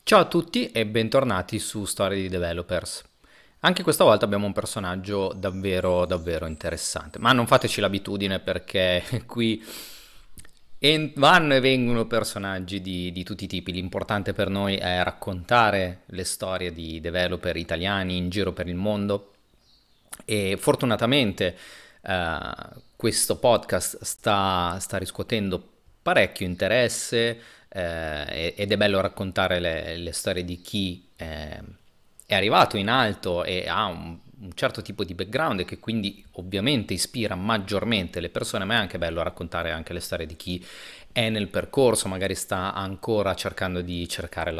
Ciao a tutti e bentornati su Storie di Developers. Anche questa volta abbiamo un personaggio davvero davvero interessante, ma non fateci l'abitudine perché qui vanno e vengono personaggi di tutti i tipi. L'importante per noi è raccontare le storie di developer italiani in giro per il mondo e fortunatamente questo podcast sta riscuotendo parecchio interesse ed è bello raccontare le storie di chi è arrivato in alto e ha un certo tipo di background e che quindi ovviamente ispira maggiormente le persone, ma è anche bello raccontare anche le storie di chi è nel percorso, magari sta ancora cercando di cercare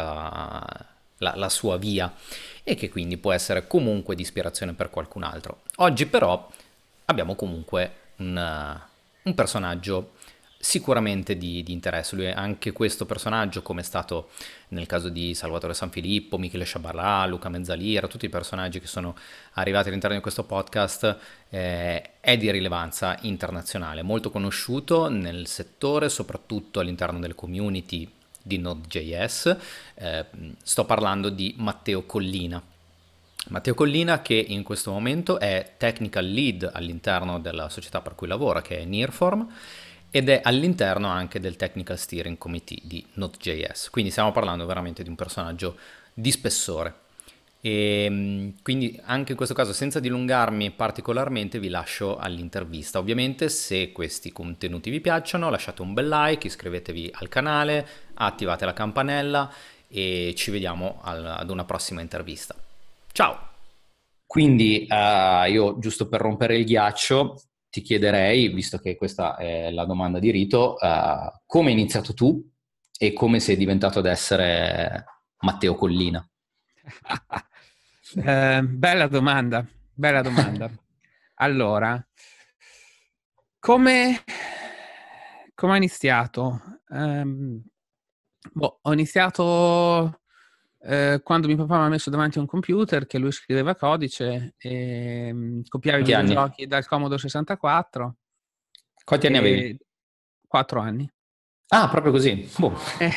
la sua via e che quindi può essere comunque di ispirazione per qualcun altro. Oggi però abbiamo comunque un personaggio sicuramente di interesse. Lui è anche questo personaggio, come è stato nel caso di Salvatore Sanfilippo, Michele Sciabarrà, Luca Mezzalira, tutti i personaggi che sono arrivati all'interno di questo podcast, è di rilevanza internazionale, molto conosciuto nel settore, soprattutto all'interno delle community di Node.js. Eh, Sto parlando di Matteo Collina. Matteo Collina che in questo momento è technical lead all'interno della società per cui lavora, che è Nearform, ed è all'interno anche del technical steering committee di Node.js. Quindi stiamo parlando veramente di un personaggio di spessore. E quindi anche in questo caso, senza dilungarmi particolarmente, vi lascio all'intervista. Ovviamente, se questi contenuti vi piacciono, lasciate un bel like, iscrivetevi al canale, attivate la campanella e ci vediamo ad una prossima intervista. Ciao! Quindi io, giusto per rompere il ghiaccio, ti chiederei, visto che questa è la domanda di rito, come hai iniziato tu e come sei diventato ad essere Matteo Collina? Bella domanda, bella domanda. Allora, come, come ho iniziato? Ho iniziato quando mio papà mi ha messo davanti a un computer che lui scriveva codice e copiava i Quanti anni? videogiochi dal Commodore 64 Quanti anni avevi? e 4 anni. Ah, proprio così. Boh. Eh,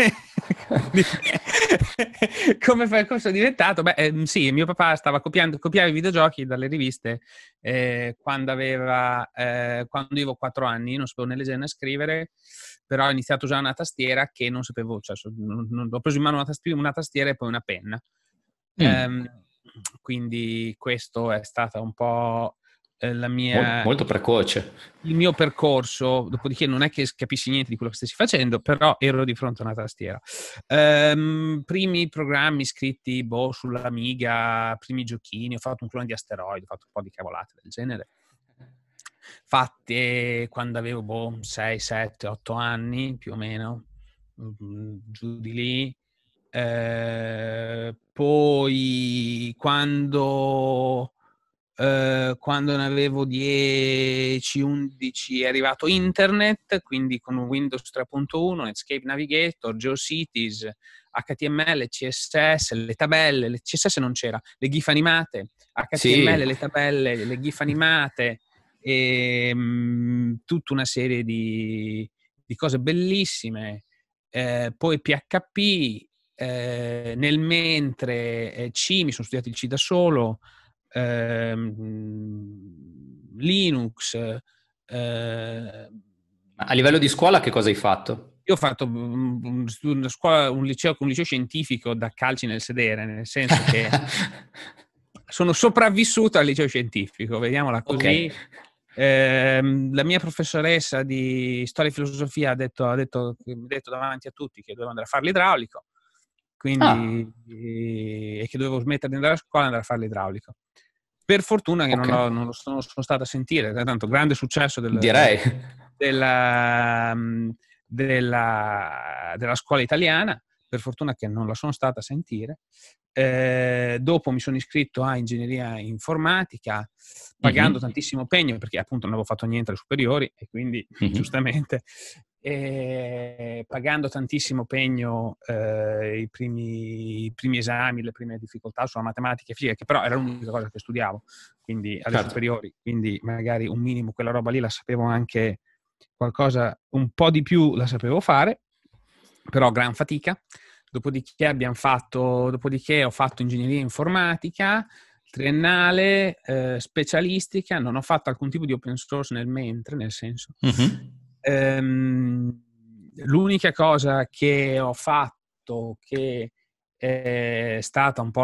Come percorso è diventato? Beh, sì, mio papà copiava i videogiochi dalle riviste quando io avevo 4 anni, non sapevo né leggere né scrivere, però ho iniziato già una tastiera che non sapevo, cioè, ho preso in mano una tastiera e poi una penna. Mm, Ehm, quindi questo è stata un po' la mia molto precoce. il mio percorso, dopodiché non è che capissi niente di quello che stessi facendo, però ero di fronte a una tastiera. Primi programmi scritti sull'Amiga, primi giochini, ho fatto un clone di Asteroid, ho fatto un po' di cavolate del genere. Fatte quando avevo 6, 7, 8 anni più o meno, giù di lì. Poi quando ne avevo 10, 11 è arrivato internet, quindi con Windows 3.1, Netscape Navigator, GeoCities, HTML, CSS, le tabelle, le CSS non c'era, le GIF animate, HTML, Sì, le tabelle, le GIF animate e tutta una serie di cose bellissime. Poi PHP, nel mentre C, mi sono studiato il C da solo, Linux. a livello di scuola che cosa hai fatto? Io ho fatto una scuola, un liceo scientifico da calci nel sedere, nel senso che sono sopravvissuto al liceo scientifico, vediamola Ok. così. La mia professoressa di storia e filosofia mi ha detto davanti a tutti che dovevo andare a fare l'idraulico, Ah, quindi, e che dovevo smettere di andare a scuola e andare a fare l'idraulico. Per fortuna che ok. non lo sono stato a sentire, tanto grande successo Direi. della, della scuola italiana, per fortuna che non la sono stata a sentire. Dopo mi sono iscritto a ingegneria informatica, pagando Mhm, tantissimo pegno perché appunto non avevo fatto niente alle superiori e quindi mhm. giustamente pagando tantissimo pegno i primi esami, le prime difficoltà sulla matematica e fisica, che però era l'unica cosa che studiavo, quindi alle Certo. superiori, quindi magari un minimo quella roba lì la sapevo anche qualcosa, un po' di più la sapevo fare, però gran fatica. Dopodiché ho fatto ingegneria informatica, triennale, specialistica, non ho fatto alcun tipo di open source nel senso. Mhm. L'unica cosa che ho fatto che è stata un po'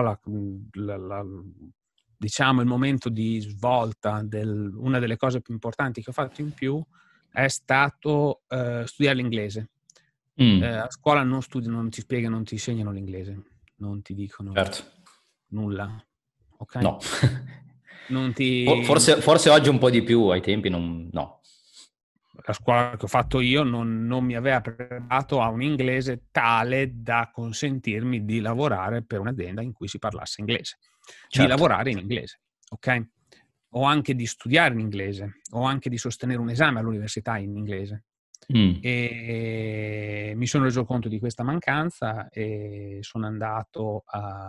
diciamo il momento di svolta, una delle cose più importanti che ho fatto in più è stato studiare l'inglese. Mm, A scuola non ti spiegano, non ti insegnano l'inglese, non ti dicono certo. nulla, ok? No. Non ti, Forse oggi un po' di più, ai tempi no. la scuola che ho fatto io non mi aveva preparato a un inglese tale da consentirmi di lavorare per un'azienda in cui si parlasse inglese, di Certo. lavorare in inglese, ok? O anche di studiare in inglese, o anche di sostenere un esame all'università in inglese. Mm. E mi sono reso conto di questa mancanza e sono andato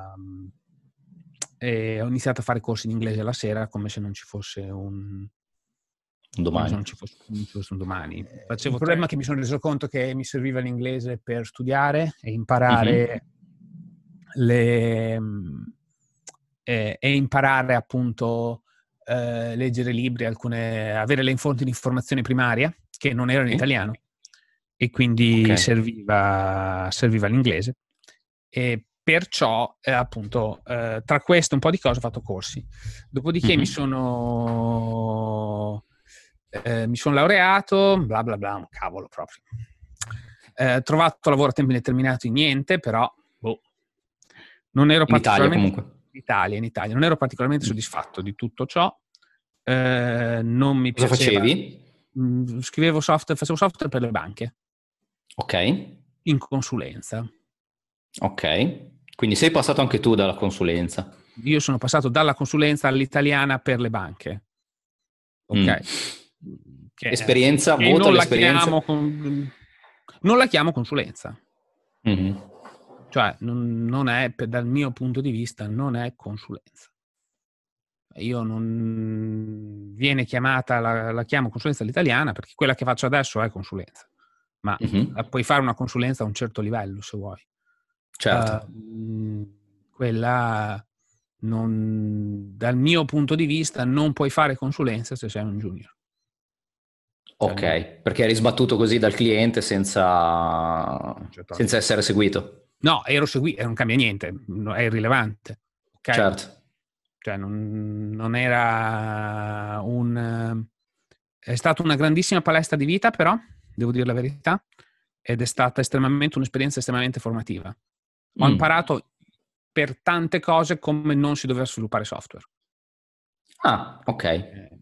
e ho iniziato a fare corsi in inglese la sera come se non ci fosse come se Domani. non ci fosse un domani. Il problema è che mi sono reso conto che mi serviva l'inglese per studiare e Mhm. imparare e imparare appunto leggere libri, avere le fonti di informazione primaria che non erano in Sì. italiano e Ok. quindi serviva l'inglese. E perciò, appunto, tra questo un po' di cose ho fatto corsi. Dopodiché Mhm. mi sono laureato, bla bla bla, un cavolo proprio. Trovato lavoro a tempo indeterminato in niente, però boh, non ero In Italia particolarmente comunque. in Italia, non ero particolarmente Mm. soddisfatto di tutto ciò. Non mi Cosa piaceva. facevi? Scrivevo software, facevo software per le banche Ok. in consulenza. Ok. Quindi sei passato anche tu dalla consulenza. Io sono passato dalla consulenza all'italiana per le banche, Mm. ok? Esperienza, Che voto non la all'esperienza. chiamo consulenza, Mhm. cioè non è, dal mio punto di vista, non è consulenza. Io non viene chiamata, la chiamo consulenza all'italiana perché quella che faccio adesso è consulenza, ma Mhm. puoi fare una consulenza a un certo livello se vuoi. Certo. Quella dal mio punto di vista non puoi fare consulenza se sei un junior. Cioè, Ok, perché eri sbattuto così dal cliente senza certamente. essere seguito. No, non cambia niente, è irrilevante, ok? Certo. Cioè, non era è stata una grandissima palestra di vita, però, devo dire la verità, ed è stata un'esperienza estremamente formativa. Ho Mm. imparato per tante cose come non si doveva sviluppare software. Ah, ok. Eh,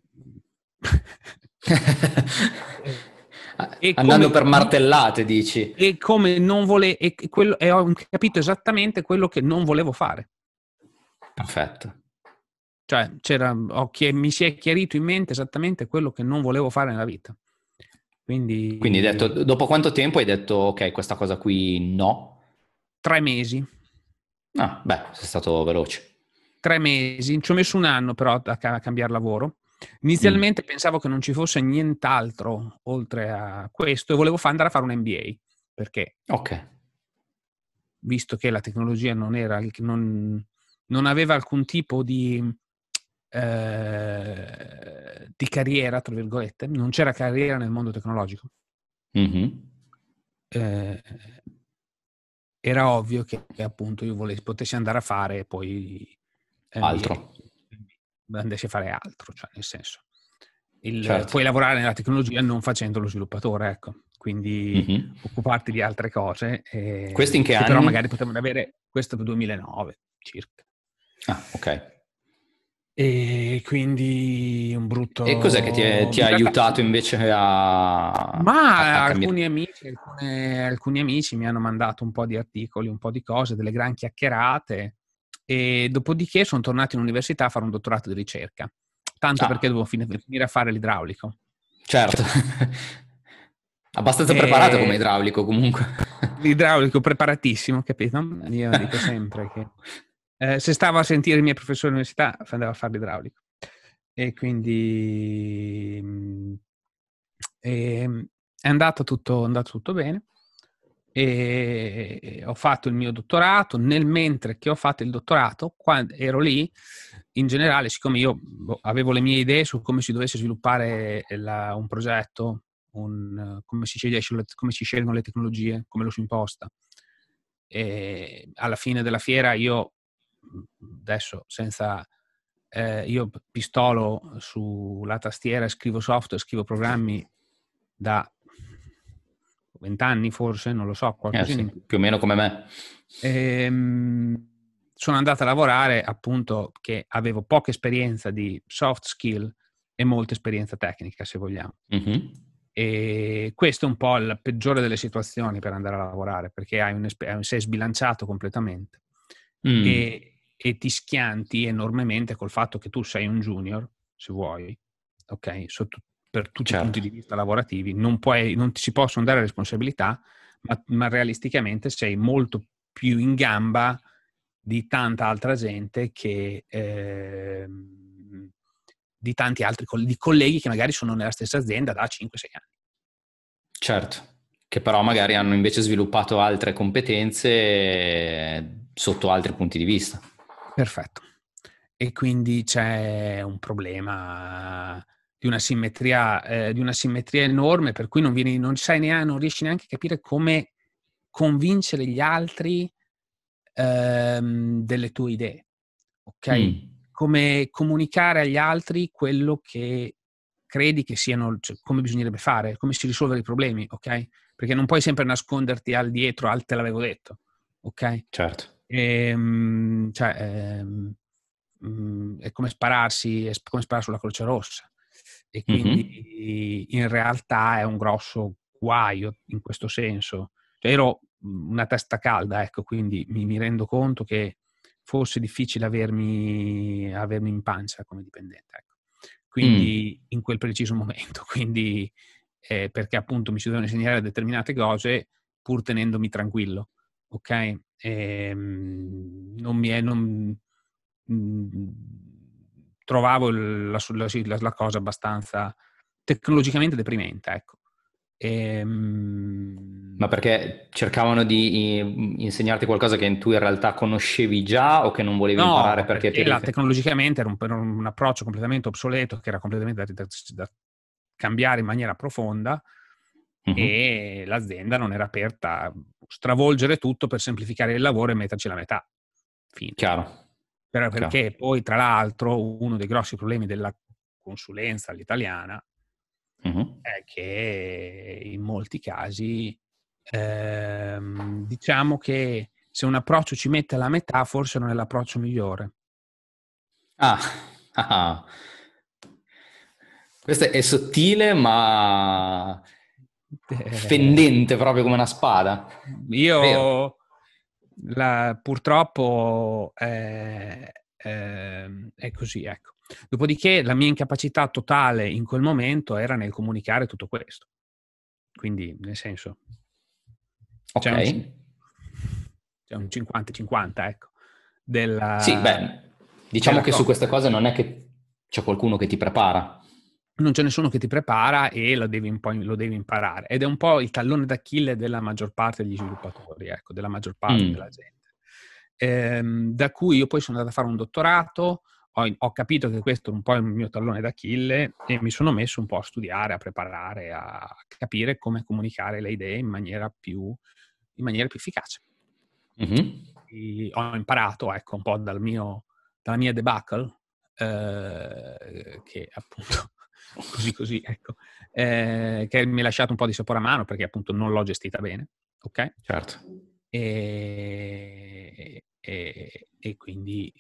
e Andando come per martellate, dici. e come non vole e ho capito esattamente quello che non volevo fare. Perfetto. Cioè, mi si è chiarito in mente esattamente quello che non volevo fare nella vita. Quindi hai detto, Quindi dopo quanto tempo hai detto, ok, questa cosa qui no? 3 mesi. Ah, beh, sei stato veloce. 3 mesi, ci ho messo un anno però a cambiare lavoro. Mm. Inizialmente pensavo che non ci fosse nient'altro oltre a questo e volevo andare a fare un MBA, perché Ok, visto che la tecnologia non aveva alcun tipo di carriera, tra virgolette, non c'era carriera nel mondo tecnologico. mhm. Eh, Era ovvio che appunto io potessi andare a fare poi Altro, MBA, andassi a fare altro, cioè nel senso, certo. puoi lavorare nella tecnologia non facendo lo sviluppatore, ecco, quindi Mhm. occuparti di altre cose Questi in che che però magari anni? potevano avere, questo nel 2009 circa. Ah, ok. E quindi un E cos'è che brutto. ti ha aiutato invece Ma a cambiare? alcuni amici mi hanno mandato un po' di articoli, un po' di cose, delle gran chiacchierate e dopodiché sono tornato in università a fare un dottorato di ricerca, tanto perché Ah, dovevo finire a fare l'idraulico. certo. Abbastanza preparato come E idraulico comunque. l'idraulico preparatissimo, capito? Io dico sempre che se stavo a sentire i miei professori all'università andavo a fare l'idraulico. E quindi è andato tutto bene. e ho fatto il mio dottorato. Nel mentre che ho fatto il dottorato, quando ero lì, in generale, siccome io avevo le mie idee su come si dovesse sviluppare un progetto, come si scelgono le tecnologie, come lo si imposta. E alla fine della fiera io, adesso senza... io pistolo sulla tastiera, scrivo software, scrivo programmi da 20 anni forse, non lo so, qualcosina Sì, in più. più o meno come me. Sono andato a lavorare appunto che avevo poca esperienza di soft skill e molta esperienza tecnica, se vogliamo. Mhm. E questo è un po' la peggiore delle situazioni per andare a lavorare, perché sei sbilanciato completamente Mm, e ti schianti enormemente col fatto che tu sei un junior, se vuoi, ok? Per tutti i punti certo, di vista lavorativi, non ti si possono dare responsabilità, ma realisticamente sei molto più in gamba di tanta altra gente di tanti altri di colleghi che magari sono nella stessa azienda da 5-6 anni. certo. Che però magari hanno invece sviluppato altre competenze sotto altri punti di vista. Perfetto. E quindi c'è un problema di una simmetria enorme, per cui non riesci neanche a capire come convincere gli altri delle tue idee, ok? Mm, Come comunicare agli altri quello che credi che siano, cioè, come bisognerebbe fare, come si risolvono i problemi, ok? Perché non puoi sempre nasconderti al dietro, te l'avevo detto, ok? certo. Cioè, è come è come sparare sulla Croce Rossa. E Mhm. quindi in realtà è un grosso guaio in questo senso. Cioè, ero una testa calda, ecco, quindi mi rendo conto che fosse difficile avermi in pancia come dipendente, ecco. Mm, Quindi in quel preciso momento, quindi perché appunto mi si dovevano insegnare determinate cose pur tenendomi tranquillo, ok? Non mi è, non, mh, trovavo la cosa abbastanza tecnologicamente deprimente, ecco. ma perché cercavano di insegnarti qualcosa che tu in realtà conoscevi già o che non volevi imparare No, perché ti perché rifer... tecnologicamente era un approccio completamente obsoleto, che era completamente da cambiare in maniera profonda Mhm. e l'azienda non era aperta a stravolgere tutto per semplificare il lavoro e metterci la metà. Fine. Chiaro, chiaro. Perché poi, tra l'altro, uno dei grossi problemi della consulenza all'italiana Mhm. è che in molti casi diciamo che se un approccio ci mette la metà, forse non è l'approccio migliore. Ah, ah. Questo è sottile ma Eh, fendente proprio come una spada. È vero. io purtroppo è così, ecco. Dopodiché la mia incapacità totale in quel momento era nel comunicare tutto questo. Quindi, nel senso, c'è Ok. un, cin- c'è un 50-50, ecco, Sì, della, beh, diciamo della che su cosa. queste cose non è che c'è qualcuno che ti prepara. Non c'è nessuno che ti prepara e lo devi imparare. Ed è un po' il tallone d'Achille della maggior parte degli sviluppatori, ecco, della maggior parte della Mm. gente. Da cui io poi sono andato a fare un dottorato, ho capito che questo è un po' il mio tallone d'Achille e mi sono messo un po' a studiare, a preparare, a capire come comunicare le idee in maniera più efficace. Mhm. Ho imparato, ecco, un po' dalla mia debacle, che appunto così, ecco, che mi ha lasciato un po' di sapore amaro perché appunto non l'ho gestita bene, ok? Certo. E quindi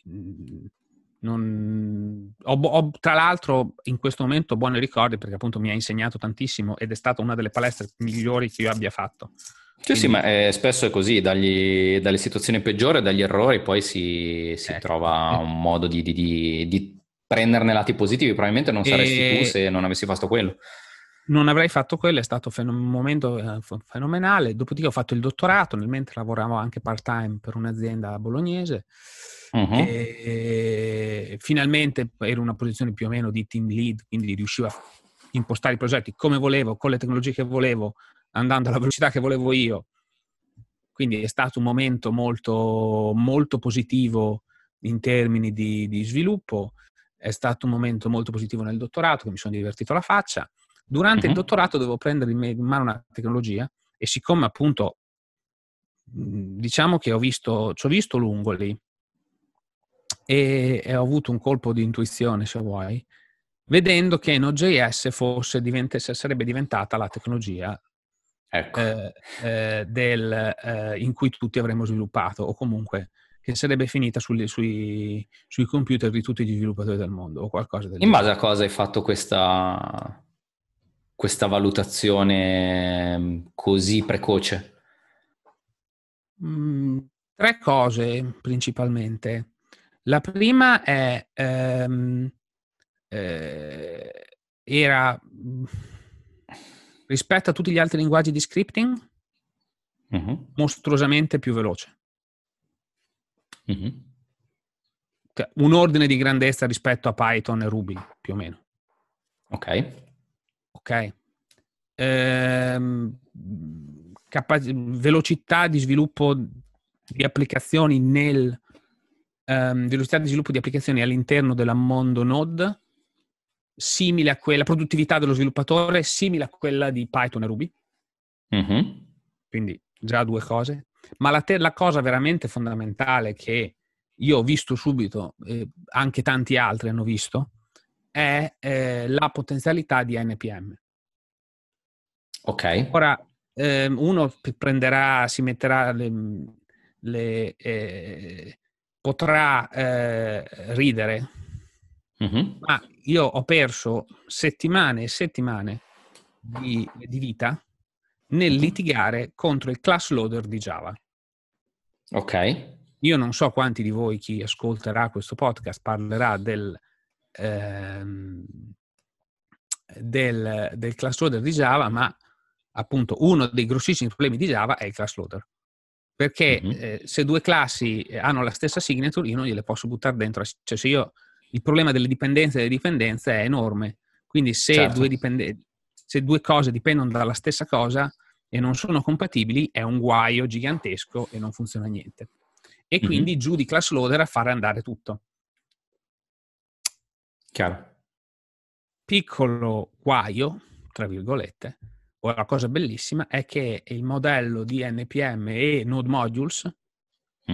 tra l'altro in questo momento ho buoni ricordi perché appunto mi ha insegnato tantissimo ed è stata una delle palestre migliori che io abbia fatto. Sì, sì, ma Quindi, spesso è così, dalle situazioni peggiori, dagli errori, poi si ecco. trova un modo di prenderne lati positivi. Probabilmente non saresti tu E se non avessi fatto quello. non avrei fatto quello, è stato un momento fenomenale. Dopodiché ho fatto il dottorato, nel mentre lavoravo anche part-time per un'azienda bolognese Mhm. e finalmente ero in una posizione più o meno di team lead, quindi riuscivo a impostare i progetti come volevo, con le tecnologie che volevo, andando alla velocità che volevo io quindi è stato un momento molto, molto positivo in termini di sviluppo. È stato un momento molto positivo nel dottorato, che mi sono divertito alla faccia. Durante il Mhm. dottorato dovevo prendere in mano una tecnologia, e siccome appunto diciamo che ci ho visto lungo lì, e ho avuto un colpo di intuizione, se vuoi, vedendo che Node.js sarebbe diventata la tecnologia Ecco. in cui tutti avremmo sviluppato, o comunque che sarebbe finita sui computer di tutti gli sviluppatori del mondo, o qualcosa del In base genere. a cosa hai fatto questa valutazione così precoce? Mm, Tre cose principalmente. La prima è eh, era rispetto a tutti gli altri linguaggi di scripting Mhm. mostruosamente più veloce. Mhm. Cioè, un ordine di grandezza rispetto a Python e Ruby, più o meno. Ok. Ok? Velocità di sviluppo di applicazioni velocità di sviluppo di applicazioni all'interno del mondo Node simile a quella, produttività dello sviluppatore simile a quella di Python e Ruby, Mhm. quindi già due cose. Ma la cosa veramente fondamentale che io ho visto subito, anche tanti altri hanno visto, è la potenzialità di NPM. Ok. Ora, uno si metterà potrà ridere, Mhm. ma io ho perso settimane e settimane di vita nel Mhm. litigare contro il class loader di Java. Ok. Io non so quanti di voi, chi ascolterà questo podcast, parlerà ehm, del class loader di Java, ma appunto uno dei grossissimi problemi di Java è il class loader. Perché Mhm. se due classi hanno la stessa signature, io non gliele posso buttare dentro. Cioè, il problema delle dipendenze e delle dipendenze è enorme. Quindi Certo. se due cose dipendono dalla stessa cosa e non sono compatibili, è un guaio gigantesco e non funziona niente. E quindi Mhm. giù di class loader a fare andare tutto. Chiaro. Piccolo guaio, tra virgolette, o la cosa bellissima, è che il modello di NPM e Node Modules, Mm.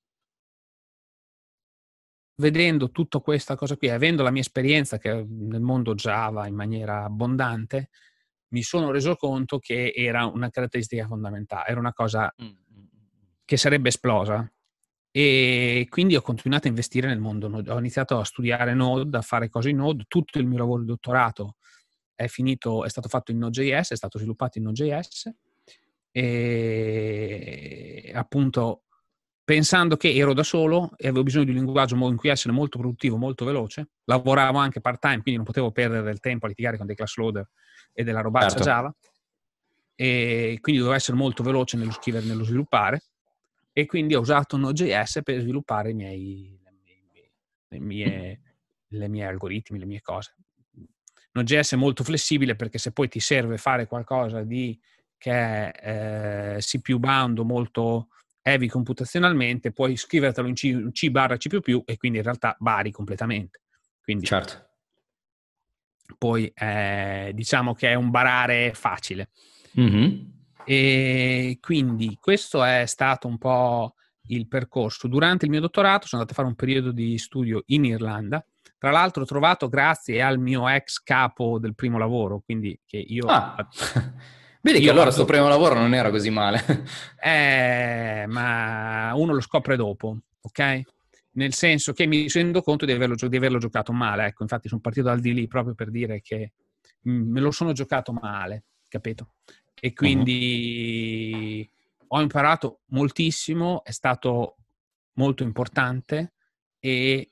vedendo tutta questa cosa qui, avendo la mia esperienza che nel mondo Java in maniera abbondante, mi sono reso conto che era una caratteristica fondamentale, era una cosa Mm, mm, mm. che sarebbe esplosa. E quindi ho continuato a investire nel mondo Node. Ho iniziato a studiare Node, a fare cose in Node. Tutto il mio lavoro di dottorato è stato fatto in Node.js, è stato sviluppato in Node.js, e appunto pensando che ero da solo e avevo bisogno di un linguaggio in cui essere molto produttivo, molto veloce. Lavoravo anche part-time, quindi non potevo perdere del tempo a litigare con dei class loader e della robaccia Certo. Java, e quindi dovevo essere molto veloce nello scrivere e nello sviluppare, e quindi ho usato Node.js per sviluppare le mie, le mie algoritmi, le mie cose. Node.js è molto flessibile perché se poi ti serve fare qualcosa che è CPU bound o molto heavy computazionalmente, puoi scrivertelo in C barra C++ e quindi in realtà vari completamente. Quindi Certo. poi diciamo che è un barare facile. Mhm. E quindi questo è stato un po' il percorso. Durante il mio dottorato sono andato a fare un periodo di studio in Irlanda. Tra l'altro ho trovato grazie al mio ex capo del primo lavoro, quindi che Ah, vedi che io allora sto adoro. primo lavoro non era così male. Ma uno lo scopre dopo, ok? Nel senso che mi rendo conto di averlo giocato male. Ecco, infatti sono partito dal di lì proprio per dire che me lo sono giocato male, capito? E Mhm. quindi ho imparato moltissimo, è stato molto importante, e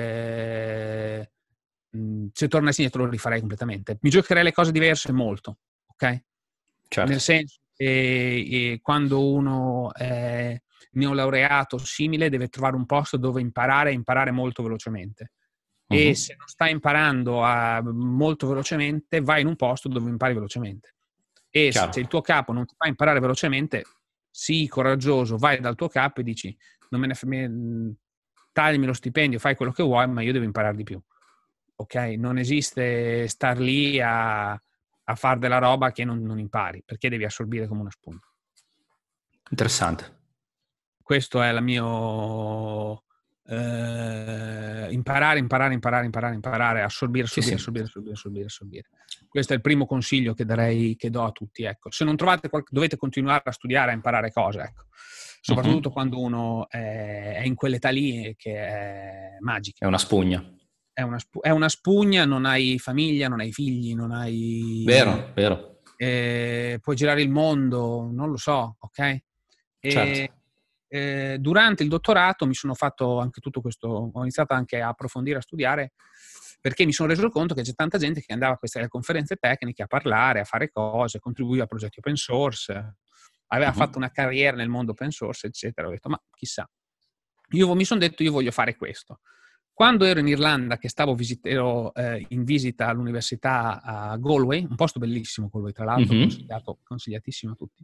se tornassi indietro lo rifarei completamente. Mi giocherei le cose diverse molto, ok? Nel Certo. senso che quando uno è neolaureato simile deve trovare un posto dove imparare e imparare molto velocemente. E Mhm. se non stai imparando molto velocemente, vai in un posto dove impari velocemente. E se Chiaro. il tuo capo non ti fa imparare velocemente, sii coraggioso, vai dal tuo capo e dici non me ne tagliami lo stipendio, fai quello che vuoi, ma io devo imparare di più. Ok? Non esiste star lì a fare della roba che non impari, perché devi assorbire come una spugna. Interessante. Questo è la mio imparare, assorbire. Sì, sì. Questo è il primo consiglio che do a tutti. Ecco. Se non trovate dovete continuare a studiare, a imparare cose, ecco. Soprattutto quando uno è in quell'età lì che è magica. È una spugna. È una spugna, non hai famiglia, non hai figli, non hai... Vero, vero. puoi girare il mondo, non lo so, ok? Certo. Durante il dottorato mi sono fatto anche tutto questo, ho iniziato anche a approfondire, a studiare, perché mi sono reso conto che c'è tanta gente che andava a queste conferenze tecniche a parlare, a fare cose, contribuiva a progetti open source, aveva fatto una carriera nel mondo open source, eccetera. Ho detto, ma chissà. Mi sono detto, io voglio fare questo. Quando ero in Irlanda, che ero in visita all'università a Galway, un posto bellissimo Galway, tra l'altro, consigliatissimo a tutti,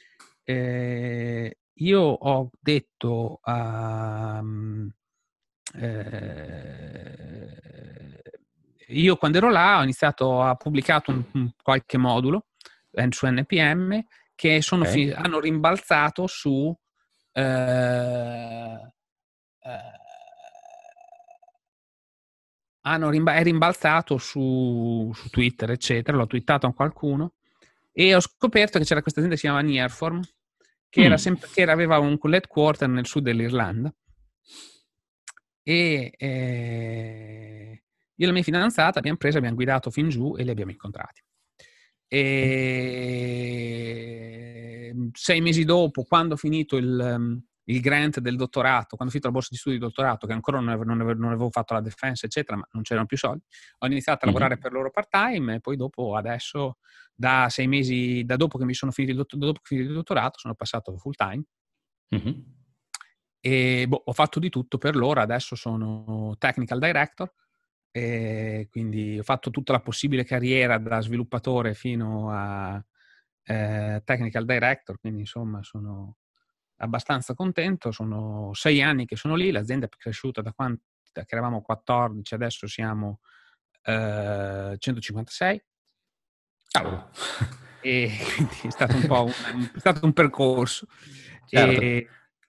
io ho detto io quando ero là ho pubblicato qualche modulo su NPM che hanno rimbalzato su è rimbalzato su Twitter, eccetera, l'ho twittato a qualcuno e ho scoperto che c'era questa azienda che si chiama Nearform, che aveva un headquarter nel sud dell'Irlanda, e io e la mia fidanzata abbiamo guidato fin giù e li abbiamo incontrati. E 6 mesi dopo, quando ho finito il grant del dottorato, quando ho finito la borsa di studio di dottorato, che ancora non avevo fatto la defense, eccetera, ma non c'erano più soldi, ho iniziato a lavorare per loro part-time e poi dopo, adesso, da 6 mesi, da dopo che mi sono finito il dottorato, sono passato full-time. E ho fatto di tutto per loro, adesso sono technical director, e quindi ho fatto tutta la possibile carriera da sviluppatore fino a technical director, quindi insomma sono abbastanza contento. Sono 6 anni che sono lì, l'azienda è cresciuta da che eravamo 14, adesso siamo 156. Cavolo. E quindi è stato un po' è stato un percorso. Certo.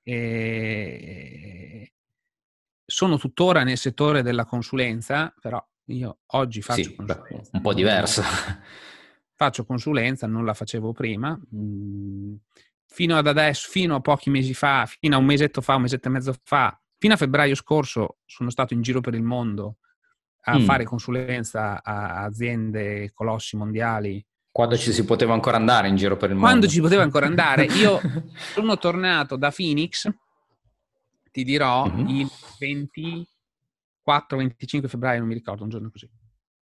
E sono tuttora nel settore della consulenza, però io oggi faccio Sì, consulenza. un po' diverso. Faccio consulenza, non la facevo prima. Fino ad adesso, fino a pochi mesi fa, fino a un mesetto e mezzo fa, fino a febbraio scorso sono stato in giro per il mondo a fare consulenza a aziende, colossi mondiali. Quando ci si poteva ancora andare in giro per il Quando mondo. ci poteva ancora andare, io sono tornato da Phoenix, ti dirò, il 24-25 febbraio, non mi ricordo, un giorno così.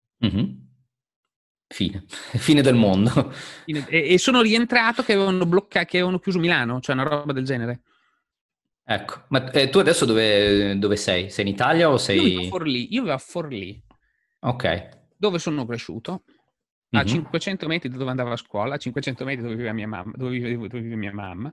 Fine del mondo. E sono rientrato che avevano bloccato, che avevano chiuso Milano, cioè una roba del genere. Ecco, ma tu adesso dove sei? Sei in Italia o sei... Io vivo a Forlì. Ok. Dove sono cresciuto, a 500 metri da dove andavo a scuola, a 500 metri dove viveva mia mamma, dove vive mia mamma.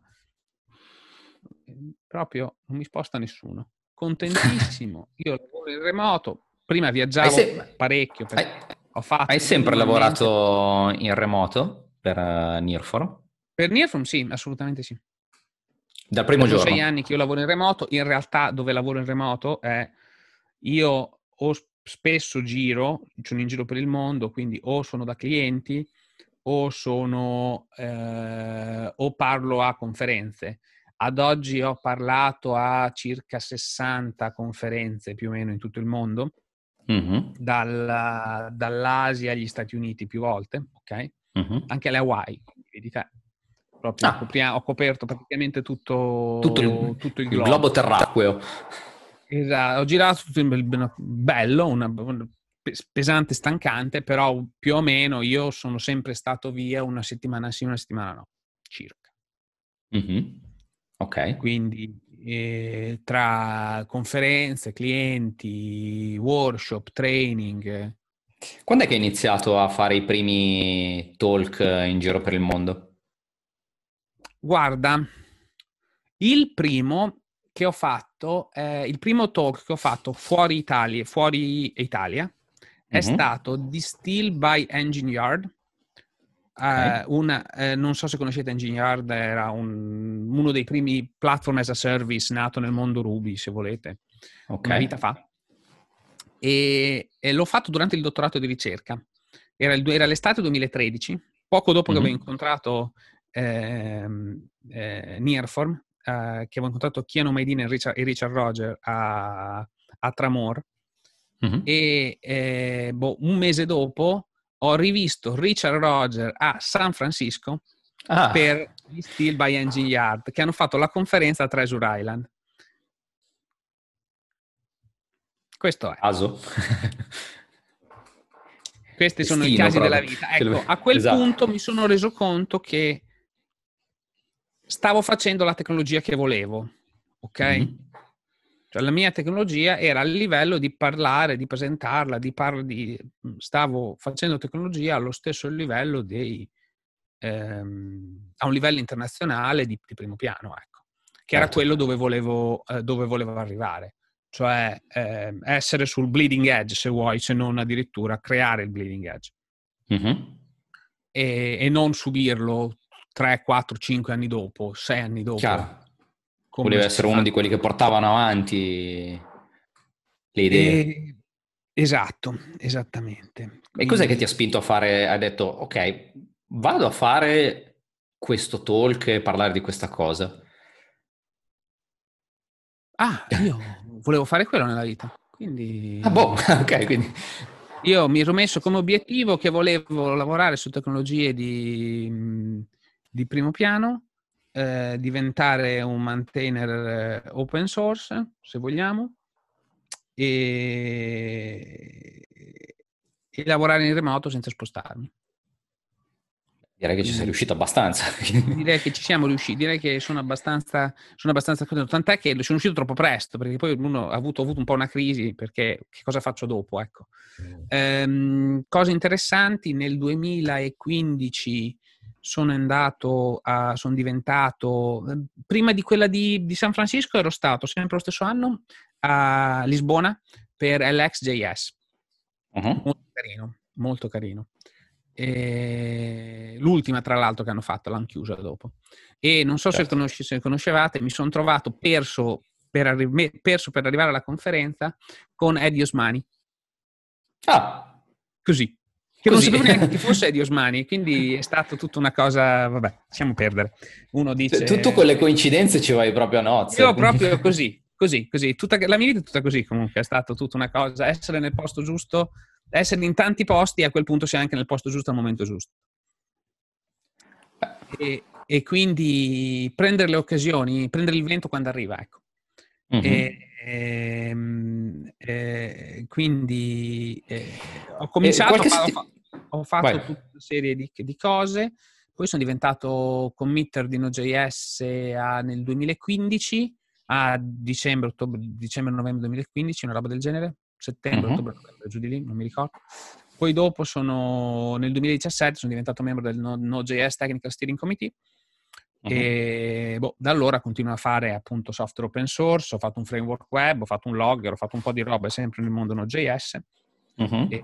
Proprio non mi sposta nessuno. Contentissimo. Io lavoro in remoto. Prima viaggiavo parecchio. Ho fatto Hai sempre lavorato in remoto per Nearform? Per Nearform sì, assolutamente sì. Dal primo giorno? 6 anni che io lavoro in remoto. In realtà dove lavoro in remoto è... Io spesso sono in giro per il mondo, quindi o sono da clienti o parlo a conferenze. Ad oggi ho parlato a circa 60 conferenze più o meno in tutto il mondo, dall'Asia agli Stati Uniti più volte, ok? Anche alle Hawaii, vedi te. Proprio ho coperto praticamente tutto il globo terracqueo. Esatto, ho girato tutto bello, pesante, stancante, però più o meno io sono sempre stato via una settimana sì, una settimana no, circa. Ok. Quindi tra conferenze, clienti, workshop, training. Quando è che hai iniziato a fare i primi talk in giro per il mondo? Guarda, Il primo che ho fatto, il primo talk che ho fatto fuori Italia è Mhm. stato Distill by Engine Yard. Ok. Non so se conoscete Engine Yard, era uno dei primi platform as a service nato nel mondo Ruby, se volete, Ok. una vita fa. E l'ho fatto durante il dottorato di ricerca. Era l'estate 2013, poco dopo che avevo Mhm. incontrato Nearform, che avevo incontrato Keanu Maydin e Richard Roger a Tramore. Mhm. E un mese dopo ho rivisto Richard Roger a San Francisco Ah, per gli Steel by Engine Yard, che hanno fatto la conferenza a Treasure Island. Questo è. caso. Questi sono i Destino casi della proprio. vita. Ecco, a quel Esatto. punto mi sono reso conto che stavo facendo la tecnologia che volevo, ok? Mhm. Cioè, la mia tecnologia era a livello di parlare, di presentarla, stavo facendo tecnologia allo stesso livello a un livello internazionale di primo piano, ecco, che era Certo. quello dove volevo arrivare, cioè essere sul bleeding edge, se vuoi, se non addirittura creare il bleeding edge Mhm. e non subirlo 3, 4, 5 anni dopo, 6 anni dopo, Chiaro. come Voleva si essere uno fa. di quelli che portavano avanti le idee. E- esatto, esattamente. E cos'è che ti ha Quindi, spinto a fare, hai detto, ok, vado a fare questo talk e parlare di questa cosa? io volevo fare quello nella vita. Ah, boh, Quindi ok, quindi... io mi ero messo come obiettivo che volevo lavorare su tecnologie di primo piano, diventare un maintainer open source, se vogliamo, e, e lavorare in remoto senza spostarmi. Direi che ci sei Quindi riuscito abbastanza. direi che ci siamo riusciti, direi che sono abbastanza contento, tant'è che sono uscito troppo presto, perché poi uno ha avuto un po' una crisi, perché che cosa faccio dopo, ecco. Cose interessanti, nel 2015 sono diventato, prima di quella di San Francisco ero stato, sempre lo stesso anno, a Lisbona per LXJS, Mhm. molto carino, molto carino. L'ultima, tra l'altro, che hanno fatto, l'hanno chiusa dopo. E non so Certo. se conoscevate, mi sono trovato perso per arrivare alla conferenza con Eddie Osmani, Ah, così, che non così. sapevo neanche chi fosse Eddie Osmani, quindi è stato tutta una cosa, vabbè, lasciamo perdere. Uno Tu con dice, le coincidenze ci vai proprio a nozze. io proprio così, così, così. La mia vita è tutta così comunque, è stata tutta una cosa, essere nel posto giusto, essere in tanti posti e a quel punto sei anche nel posto giusto al momento giusto. E quindi prendere le occasioni, prendere il vento quando arriva, ecco. E, Mhm. quindi ho E cominciato, qualche settimana... ho Vai. fatto tutta una serie di cose, poi sono diventato committer di Node.js nel 2015, a dicembre-novembre 2015, una roba del genere, settembre, ottobre, Mhm. novembre, giù di lì, non mi ricordo. Poi dopo nel 2017 sono diventato membro del Node.js Technical Steering Committee Mhm. e da allora continuo a fare appunto software open source, ho fatto un framework web, ho fatto un logger, ho fatto un po' di roba sempre nel mondo Node.js Mhm. e,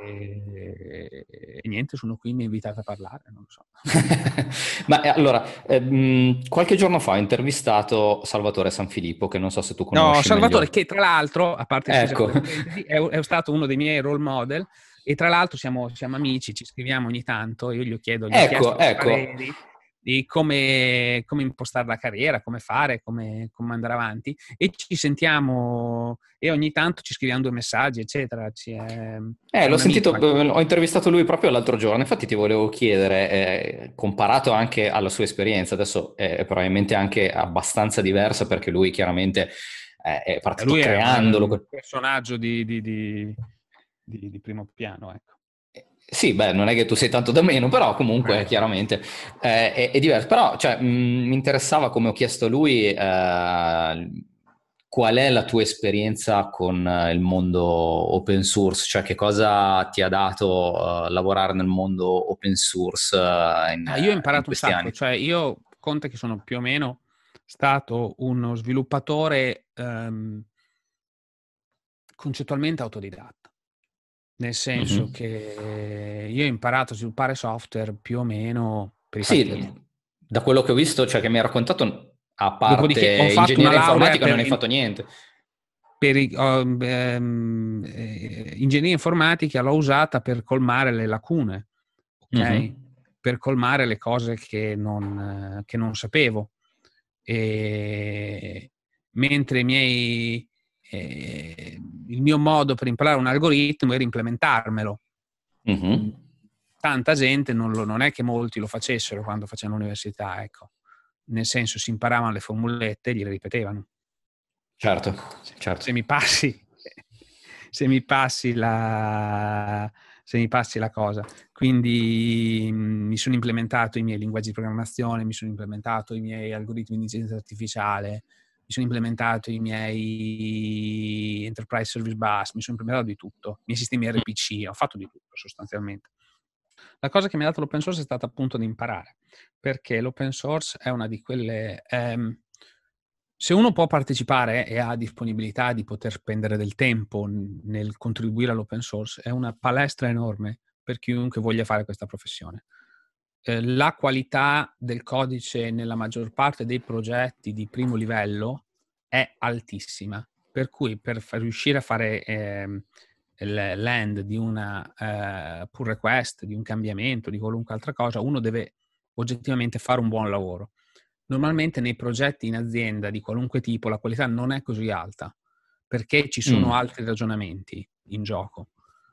e niente, sono qui, mi invitate a parlare, non lo so. Ma allora, qualche giorno fa ho intervistato Salvatore Sanfilippo, che non so se tu No, conosci Salvatore, meglio. che tra l'altro, a parte scusa Ecco, per la parentesi, è stato uno dei miei role model e tra l'altro siamo amici, ci scriviamo ogni tanto, io gli ho chiesto ecco, i suoi ecco. pareri di come impostare la carriera, come fare, come andare avanti e ci sentiamo e ogni tanto ci scriviamo due messaggi, eccetera. È L'ho un amico, sentito, ecco. ho intervistato lui proprio l'altro giorno, infatti ti volevo chiedere, comparato anche alla sua esperienza, adesso è probabilmente anche abbastanza diversa perché lui chiaramente è partito Lui è creandolo. un personaggio di primo piano, ecco. Sì, beh, non è che tu sei tanto da meno, però comunque Vabbè. chiaramente è diverso. Però, cioè, mi interessava, come ho chiesto a lui, qual è la tua esperienza con il mondo open source, cioè che cosa ti ha dato lavorare nel mondo open source Io ho in imparato un questi sacco, anni? cioè io conto che sono più o meno stato uno sviluppatore concettualmente autodidatta, nel senso Mhm. che io ho imparato a sviluppare software più o meno per i fatti miei. Sì, da quello che ho visto, cioè che mi hai raccontato, a parte Dopodiché ho fatto una ingegneria laurea informatica non hai fatto niente. ingegneria informatica, l'ho usata per colmare le lacune, ok? Mhm. Per colmare le cose che non sapevo. E, mentre il mio modo per imparare un algoritmo era implementarmelo. Mm, Mhm. Tanta gente non è che molti lo facessero quando facevano l'università, ecco. Nel senso, si imparavano le formulette e gliele ripetevano. Certo, se, certo. se mi passi, se mi passi la, se mi passi la cosa. Quindi mi sono implementato i miei linguaggi di programmazione, mi sono implementato i miei algoritmi di intelligenza artificiale, mi sono implementato i miei enterprise service bus, mi sono implementato di tutto, i miei sistemi RPC, ho fatto di tutto sostanzialmente. La cosa che mi ha dato l'open source è stata appunto di imparare, perché l'open source è una di quelle... se uno può partecipare e ha disponibilità di poter spendere del tempo nel contribuire all'open source, è una palestra enorme per chiunque voglia fare questa professione. La qualità del codice nella maggior parte dei progetti di primo livello è altissima, per cui per riuscire a fare l'end di una pull request, di un cambiamento, di qualunque altra cosa, uno deve oggettivamente fare un buon lavoro. Normalmente nei progetti in azienda di qualunque tipo la qualità non è così alta, perché ci sono Mm. altri ragionamenti in gioco.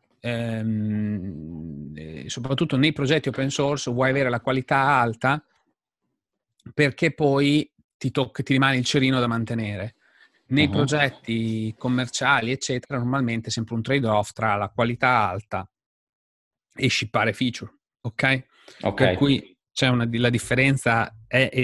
Soprattutto nei progetti open source vuoi avere la qualità alta perché poi ti rimane il cerino da mantenere. Nei Mhm. progetti commerciali, eccetera, normalmente è sempre un trade-off tra la qualità alta e shippare feature, ok? Ok. Per cui la differenza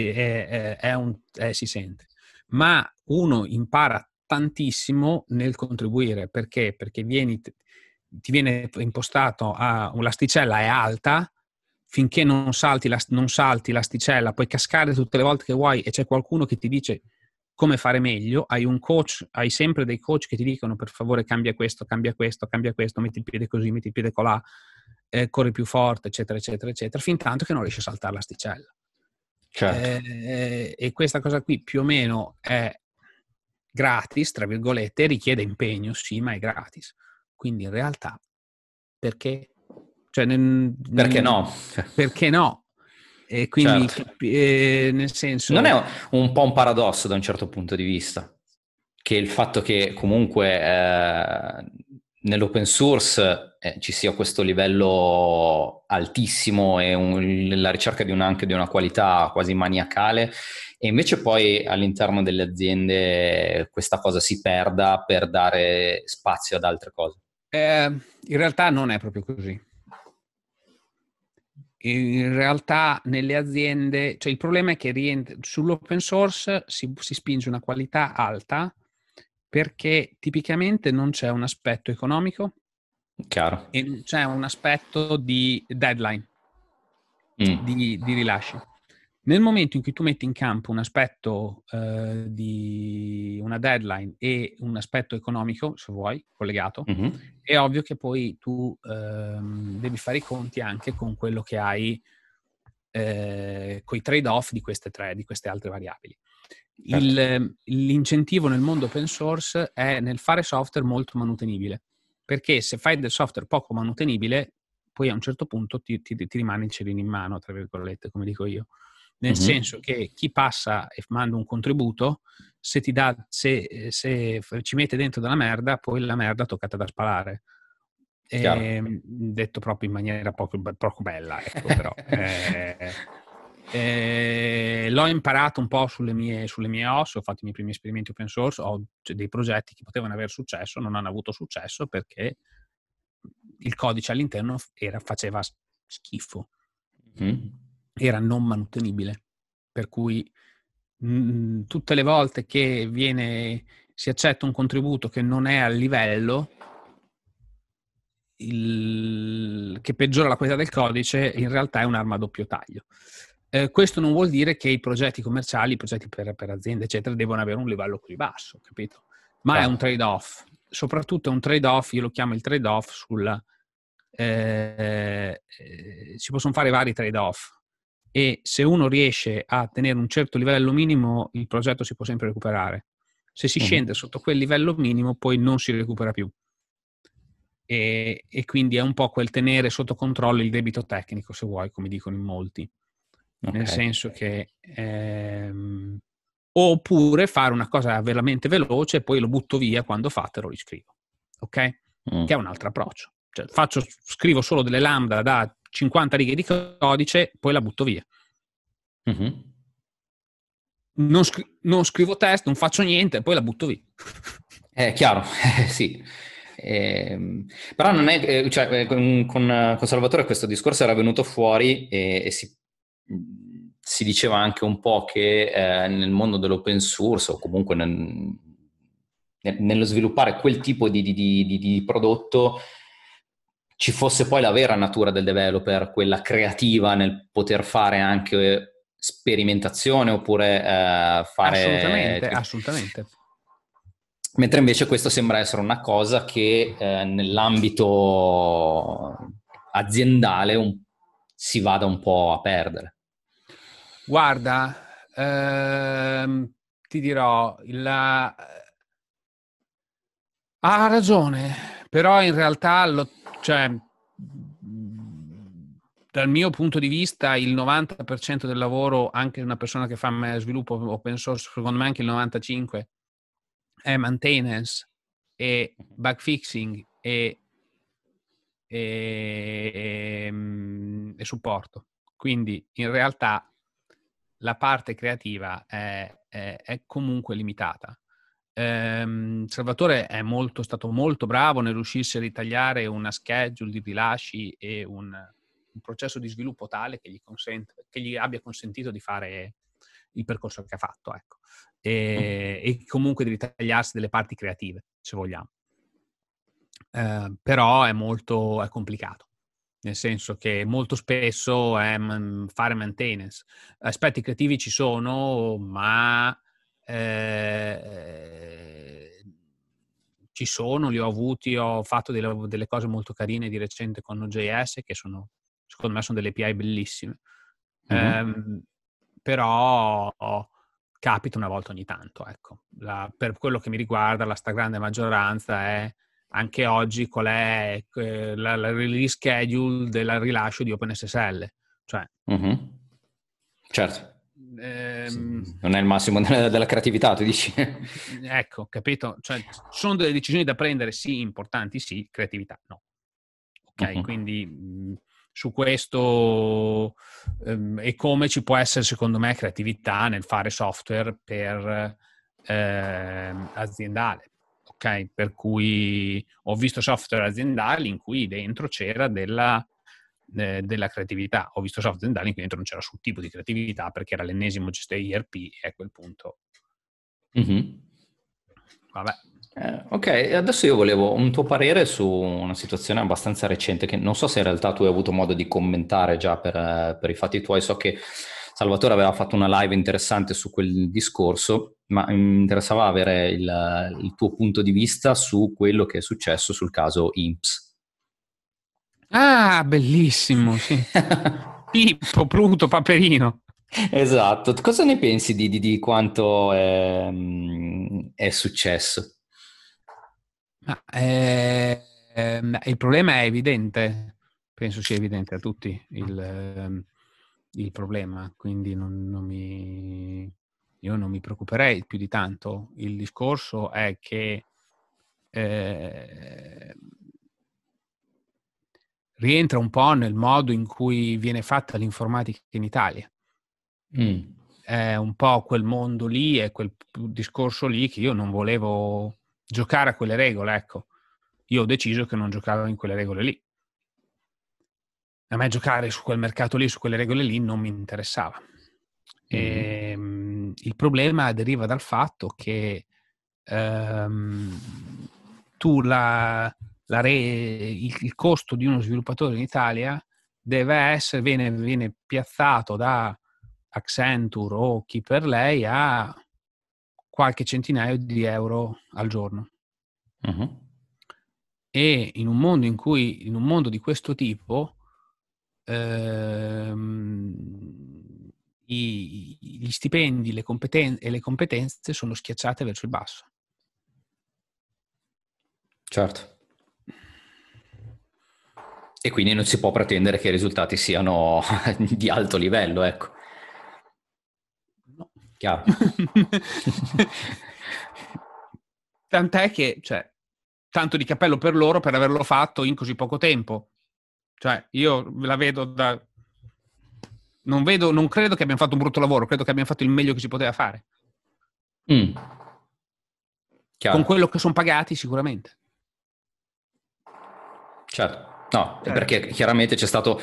si sente. Ma uno impara tantissimo nel contribuire, perché? Perché ti viene impostato a l'asticella è alta, finché non salti l'asticella, puoi cascare tutte le volte che vuoi e c'è qualcuno che ti dice come fare meglio, hai un coach, hai sempre dei coach che ti dicono per favore cambia questo, cambia questo, cambia questo, metti il piede così, metti il piede colà, corri più forte, eccetera, eccetera, eccetera, fin tanto che non riesci a saltare l'asticella. Certo. E questa cosa qui più o meno è gratis, tra virgolette, richiede impegno, sì, ma è gratis. Quindi in realtà, perché? Cioè, Perché no? perché no? E quindi, Certo. nel Non è senso, un po' un paradosso da un certo punto di vista, che il fatto che comunque nell'open source ci sia questo livello altissimo e la ricerca anche di una qualità quasi maniacale, e invece poi all'interno delle aziende questa cosa si perda per dare spazio ad altre cose. in realtà non è proprio così. In realtà nelle aziende, cioè il problema è che sull'open source si spinge una qualità alta perché tipicamente non c'è un aspetto economico Chiaro? e non c'è un aspetto di deadline, Mm. di rilasci. Nel momento in cui tu metti in campo un aspetto di una deadline e un aspetto economico, se vuoi, collegato, Mhm. è ovvio che poi tu devi fare i conti anche con quello che hai, con i trade-off di queste altre variabili. Certo. L'incentivo nel mondo open source è nel fare software molto manutenibile, perché se fai del software poco manutenibile, poi a un certo punto ti rimane il cerino in mano, tra virgolette, come dico io. Nel senso Mhm. che chi passa e manda un contributo, se ci mette dentro della merda, poi la merda toccata da spalare. Chiaro. Detto proprio in maniera poco bella, ecco, però. L'ho imparato un po' sulle mie ossa, ho fatto i miei primi esperimenti open source, ho dei progetti che potevano avere successo, non hanno avuto successo perché il codice all'interno faceva schifo, Mhm. era non manutenibile. Per cui tutte le volte che si accetta un contributo che non è al livello, che peggiora la qualità del codice, in realtà è un'arma a doppio taglio. Questo non vuol dire che i progetti commerciali, i progetti per aziende, eccetera, devono avere un livello così basso, capito? Ma è un Chiaro. trade-off. Soprattutto è un trade-off, io lo chiamo il trade-off si possono fare vari trade-off. E se uno riesce a tenere un certo livello minimo, il progetto si può sempre recuperare. Se si Mhm. scende sotto quel livello minimo, poi non si recupera più. E quindi è un po' quel tenere sotto controllo il debito tecnico, se vuoi, come dicono in molti. Ok. Nel senso che oppure fare una cosa veramente veloce e poi lo butto via quando fatto e lo riscrivo. Ok? Che è Mm. un altro approccio. Cioè, scrivo solo delle lambda da 50 righe di codice, poi la butto via. Mhm. Non scrivo test, non faccio niente, poi la butto via. È chiaro, sì. Ehm, Però non è, cioè, con Salvatore questo discorso era venuto fuori e si diceva anche un po' che nel mondo dell'open source o comunque nello sviluppare quel tipo di prodotto ci fosse poi la vera natura del developer, quella creativa nel poter fare anche sperimentazione oppure fare... Assolutamente, assolutamente. Mentre invece questo sembra essere una cosa che nell'ambito aziendale si vada un po' a perdere. Guarda, ti dirò, ha ragione, però in realtà, cioè, dal mio punto di vista, il 90% del lavoro, anche una persona che fa sviluppo open source, secondo me anche il 95%, è maintenance e bug fixing e supporto. Quindi in realtà la parte creativa è comunque limitata. Salvatore è stato molto bravo nel riuscirsi a ritagliare una schedule di rilasci e un processo di sviluppo tale che gli abbia consentito di fare il percorso che ha fatto, ecco. E comunque di ritagliarsi delle parti creative, se vogliamo. Però è complicato, nel senso che molto spesso è fare maintenance. Aspetti creativi ci sono, ma ci sono, li ho avuti, ho fatto delle cose molto carine di recente con Node.js che secondo me sono delle API bellissime. Mhm. Ehm, Però capita una volta ogni tanto, ecco. Per quello che mi riguarda, la stragrande maggioranza è anche oggi qual è la release schedule del rilascio di OpenSSL. Cioè, Mhm. Certo. Sì, ehm, non è il massimo della creatività, tu dici? ecco, capito? Cioè, sono delle decisioni da prendere, sì, importanti, sì, creatività, no. Ok, Mhm. quindi su questo e come ci può essere, secondo me, creatività nel fare software per aziendale. Ok, per cui ho visto software aziendali in cui dentro c'era della creatività. Ho visto software aziendali in cui dentro non c'era nessun tipo di creatività perché era l'ennesimo gestore ERP e a quel punto, Mhm. vabbè. Ok, adesso io volevo un tuo parere su una situazione abbastanza recente che non so se in realtà tu hai avuto modo di commentare già per i fatti tuoi. So che Salvatore aveva fatto una live interessante su quel discorso, ma mi interessava avere il tuo punto di vista su quello che è successo sul caso INPS. Ah, bellissimo, sì. Pippo, Pluto, Paperino. Esatto, cosa ne pensi di quanto è successo? Ma, il problema è evidente, penso sia evidente a tutti il problema, quindi io non mi preoccuperei più di tanto. Il discorso è che eh, rientra un po' nel modo in cui viene fatta l'informatica in Italia. Mm. È un po' quel mondo lì, è quel discorso lì che io non volevo giocare a quelle regole, ecco. Io ho deciso che non giocavo in quelle regole lì. A me giocare su quel mercato lì, su quelle regole lì, non mi interessava. Mhm. Il problema deriva dal fatto che ehm, tu il costo di uno sviluppatore in Italia viene piazzato da Accenture o chi per lei a qualche centinaio di euro al giorno. Mhm. E in un mondo di questo tipo, gli stipendi e le competenze sono schiacciate verso il basso. Certo. E quindi non si può pretendere che i risultati siano di alto livello, ecco. No. Chiaro. Tant'è che, cioè, tanto di cappello per loro per averlo fatto in così poco tempo. Cioè, io la vedo da... Non credo che abbiamo fatto un brutto lavoro, credo che abbiamo fatto il meglio che si poteva fare. Mm. Con Chiaro. quello che sono pagati sicuramente. Certo. No, Cioè, perché chiaramente c'è stato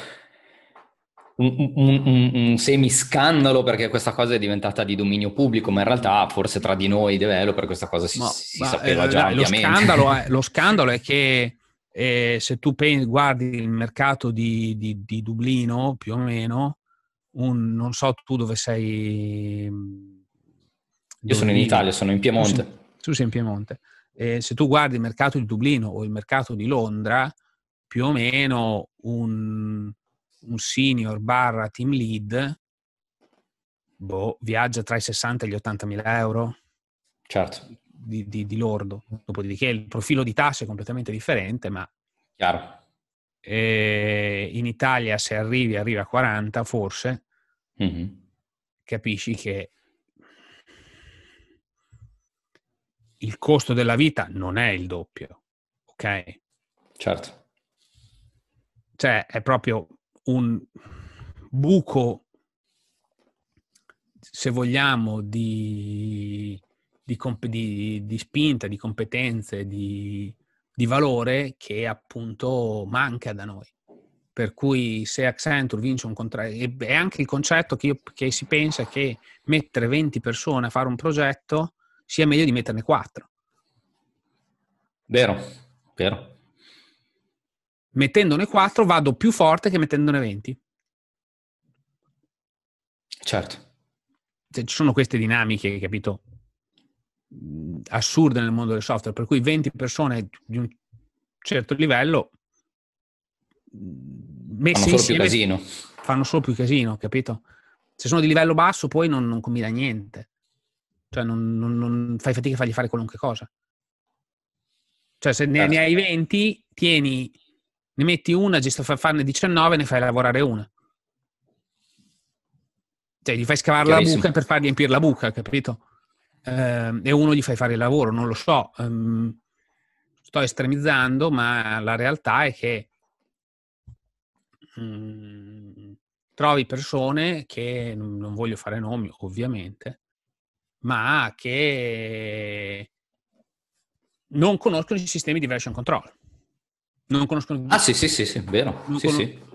un semiscandalo perché questa cosa è diventata di dominio pubblico, ma in realtà forse tra di noi developer questa cosa si sapeva già dai, ampiamente. lo scandalo è che se tu guardi il mercato di Dublino, più o meno, non so tu Io dove sono in vivi, Italia, sono in tu sei, Piemonte. tu sei in Piemonte. Se tu guardi il mercato di Dublino o il mercato di Londra, più o meno un senior barra team lead viaggia tra i 60 e gli 80 mila euro Certo, di lordo. Dopodiché il profilo di tasse è completamente differente, ma chiaro. in Italia se arrivi a 40 forse, Mhm. capisci che il costo della vita non è il doppio, ok? Certo. Cioè è proprio un buco, se vogliamo, di spinta, di competenze, di valore che appunto manca da noi. Per cui se Accenture vince un contratto, è anche il concetto che si pensa che mettere 20 persone a fare un progetto sia meglio di metterne 4. Vero, vero. Mettendone 4 vado più forte che mettendone 20. Certo. Cioè, ci sono queste dinamiche, capito? Assurde nel mondo del software, per cui 20 persone di un certo livello Fanno messe solo più insieme casino. fanno solo più casino, capito? Se sono di livello basso poi non combina niente, cioè non fai fatica a fargli fare qualunque cosa. Cioè se ne Certo. hai 20, ne metti una, farne 19, ne fai lavorare una. Cioè gli fai scavare la Chiarissimo. buca per far riempire la buca, capito? E uno gli fai fare il lavoro, non lo so. Sto estremizzando, ma la realtà è che trovi persone che non voglio fare nomi, ovviamente, ma che non conoscono i sistemi di version control. Non conoscono. Ah sì, sì, sì, sì, vero. Non Sì, conos- sì.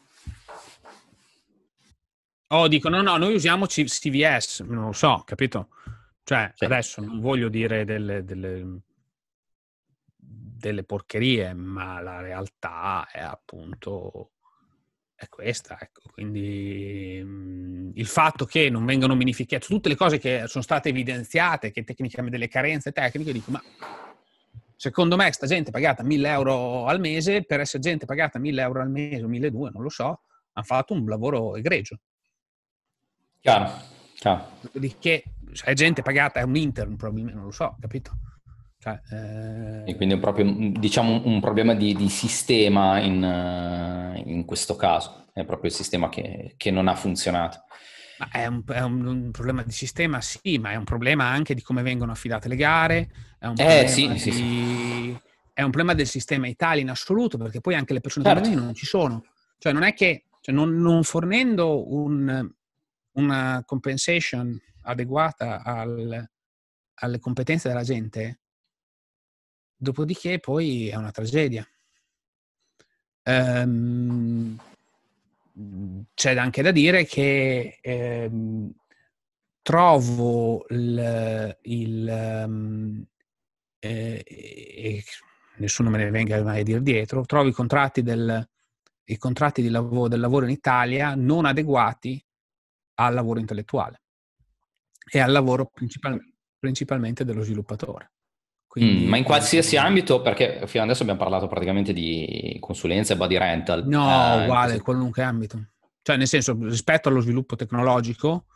o dicono no, noi usiamo CVS, non lo so, capito? Cioè, Sì. adesso non voglio dire delle porcherie, ma la realtà è appunto è questa, ecco. Quindi il fatto che non vengano minificate tutte le cose che sono state evidenziate, che tecnicamente delle carenze tecniche, dico, ma secondo me sta gente pagata 1.000 euro al mese, per essere gente pagata 1.000 euro al mese o 1.200, non lo so, hanno fatto un lavoro egregio. Chiaro, chiaro. Dopodiché, se è gente pagata, è un intern probabilmente, non lo so, capito? Cioè, E quindi è proprio, diciamo, un problema di sistema in questo caso. È proprio il sistema che non ha funzionato. ma un problema di sistema, sì, ma è un problema anche di come vengono affidate le gare, Sì, sì, sì. è un problema del sistema Italia in assoluto, perché poi anche le persone Certo. competenti non ci sono. Cioè non è che non fornendo una compensation adeguata alle competenze della gente, dopodiché poi è una tragedia. C'è anche da dire che trovo e nessuno me ne venga mai a dire dietro, trovo i contratti del lavoro in Italia non adeguati al lavoro intellettuale e al lavoro principalmente dello sviluppatore. Ma Quindi, in qualsiasi ambito, perché fino adesso abbiamo parlato praticamente di consulenza e body rental. no, uguale, qualunque ambito. Cioè, nel senso, rispetto allo sviluppo tecnologico,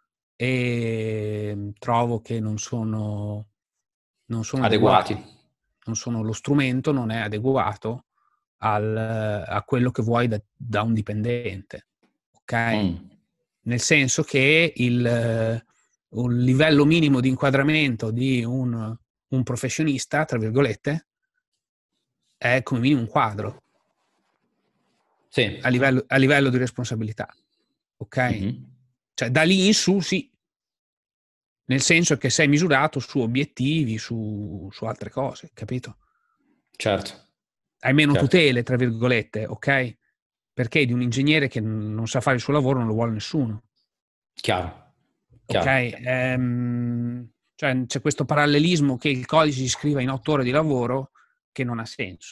trovo che non sono Adeguati. adeguati. Non sono, lo strumento non è adeguato a quello che vuoi da un dipendente. Ok? Nel senso che un livello minimo di inquadramento di un professionista, tra virgolette, è come minimo un quadro Sì. a livello di responsabilità. Ok? Mhm. Cioè, da lì in su sì, nel senso che sei misurato su obiettivi, su altre cose, capito? Certo, Hai meno certo. tutele, tra virgolette, ok? Perché di un ingegnere che non sa fare il suo lavoro non lo vuole nessuno. Chiaro, Ok? chiaro. Cioè c'è questo parallelismo che il codice si scriva in 8 ore di lavoro che non ha senso.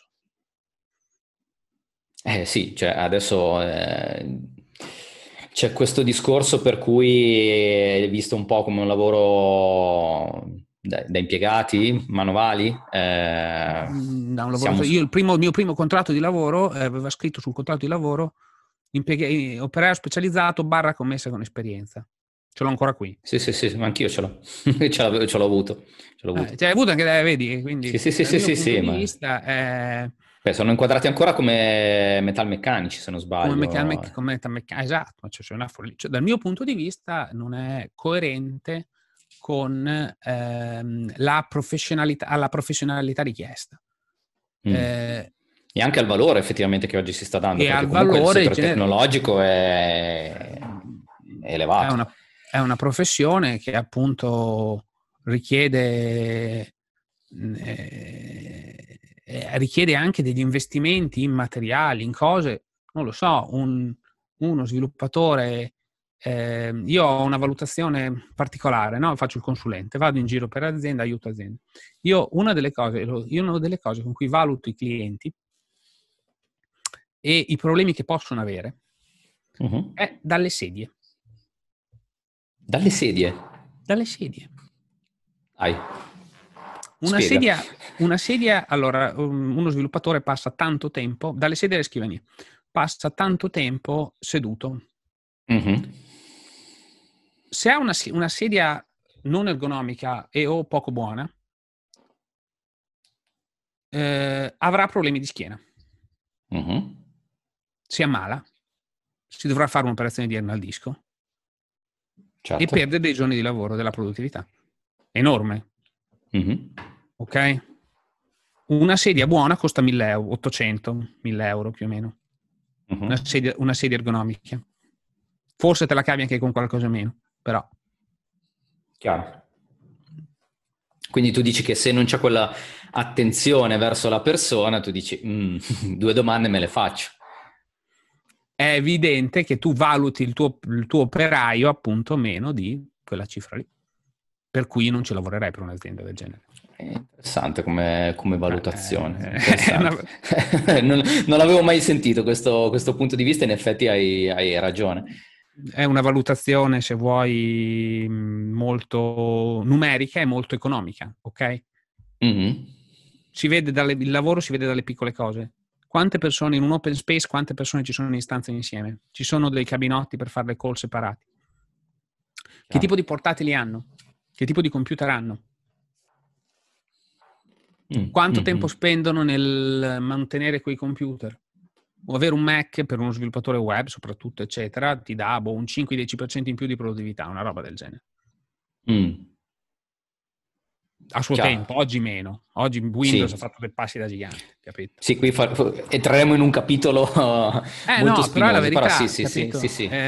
Sì, cioè adesso c'è questo discorso per cui è visto un po' come un lavoro da impiegati manuali. Da un Siamo... lavoratore. Io il mio primo contratto di lavoro aveva scritto sul contratto di lavoro operaio specializzato barra commessa con esperienza. Ce l'ho ancora qui. Sì, sì, sì, ma anch'io ce l'ho. Ce l'ho avuto. Ce l'ho avuto. Cioè, hai avuto anche, vedi, quindi Sì, sì, sì, dal sì, mio sì, punto sì, di ma vista beh, sono inquadrati ancora come metalmeccanici, se non sbaglio. come metalmeccanica, esatto, cioè una follia. Cioè, dal mio punto di vista non è coerente con la professionalità richiesta. Mm. Eh, E anche al valore effettivamente che oggi si sta dando, e perché al comunque il valore settore tecnologico è è elevato. è una professione che appunto richiede, richiede anche degli investimenti in materiali, in cose, non lo so, uno sviluppatore. Io ho una valutazione particolare, no? Faccio il consulente, vado in giro per azienda, aiuto aziende. Una delle cose con cui valuto i clienti e i problemi che possono avere Mhm. è dalle sedie. Dalle sedie. Dalle sedie. Dai, Una spiega. sedia, una sedia, allora, uno sviluppatore passa tanto tempo, dalle sedie alle scrivanie, passa tanto tempo seduto. Mhm. Se ha una sedia non ergonomica e o poco buona, avrà problemi di schiena. Mhm. Si ammala, si dovrà fare un'operazione di ernia al disco e Certo. perde dei giorni di lavoro della produttività. Enorme, Mhm. ok? Una sedia buona costa 1000 euro, 800, 1000 euro più o meno. Mhm. Una sedia ergonomica. Forse te la cavi anche con qualcosa meno, però. Chiaro. Quindi tu dici che se non c'è quella attenzione verso la persona, tu dici, due domande me le faccio. È evidente che tu valuti il tuo operaio appunto meno di quella cifra lì. Per cui non ci lavorerai per un'azienda del genere. È interessante come valutazione, È una, interessante. Non l'avevo mai sentito questo punto di vista, in effetti hai ragione. è una valutazione, se vuoi, molto numerica e molto economica, ok? Mhm. Il lavoro si vede dalle piccole cose. Quante persone in un open space, quante persone ci sono in stanze insieme? Ci sono dei cabinotti per fare le call separati. Che Chiaro. tipo di portatili hanno? Che tipo di computer hanno? Quanto tempo Mhm. spendono nel mantenere quei computer? O avere un Mac per uno sviluppatore web, soprattutto, eccetera, ti dà un 5-10% in più di produttività, una roba del genere. Mm. A suo Chiaro. tempo, oggi meno. Oggi Windows ha Sì. fatto dei passi da gigante, capito? Sì, qui entreremo in un capitolo molto No, però è la spinoso, però sì, verità, sì, sì, sì, capito? sì,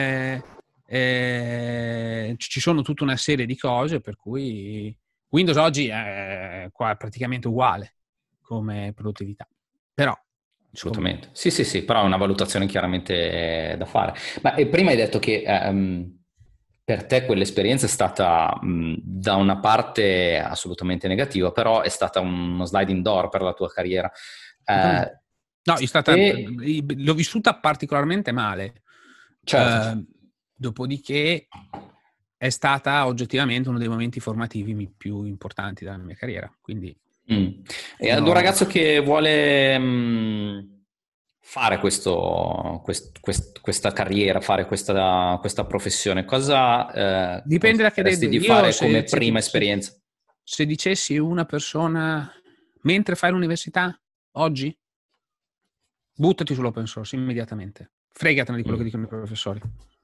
Ci sono tutta una serie di cose per cui Windows oggi è qua praticamente uguale come produttività. Però, insomma, assolutamente. Sì, sì, sì, però è una valutazione chiaramente da fare. Ma prima hai detto che per te quell'esperienza è stata da una parte assolutamente negativa, però è stata uno sliding door per la tua carriera. assolutamente. No, Se l'ho vissuta particolarmente male. certo. Dopodiché è stata oggettivamente uno dei momenti formativi più importanti della mia carriera. Quindi E ad un ragazzo che vuole fare questa carriera, fare questa professione, cosa dipende da che consiglieresti di io fare come prima esperienza? se dicessi una persona mentre fai l'università oggi, buttati sull'open source immediatamente. Fregatene di quello che dicono i professori.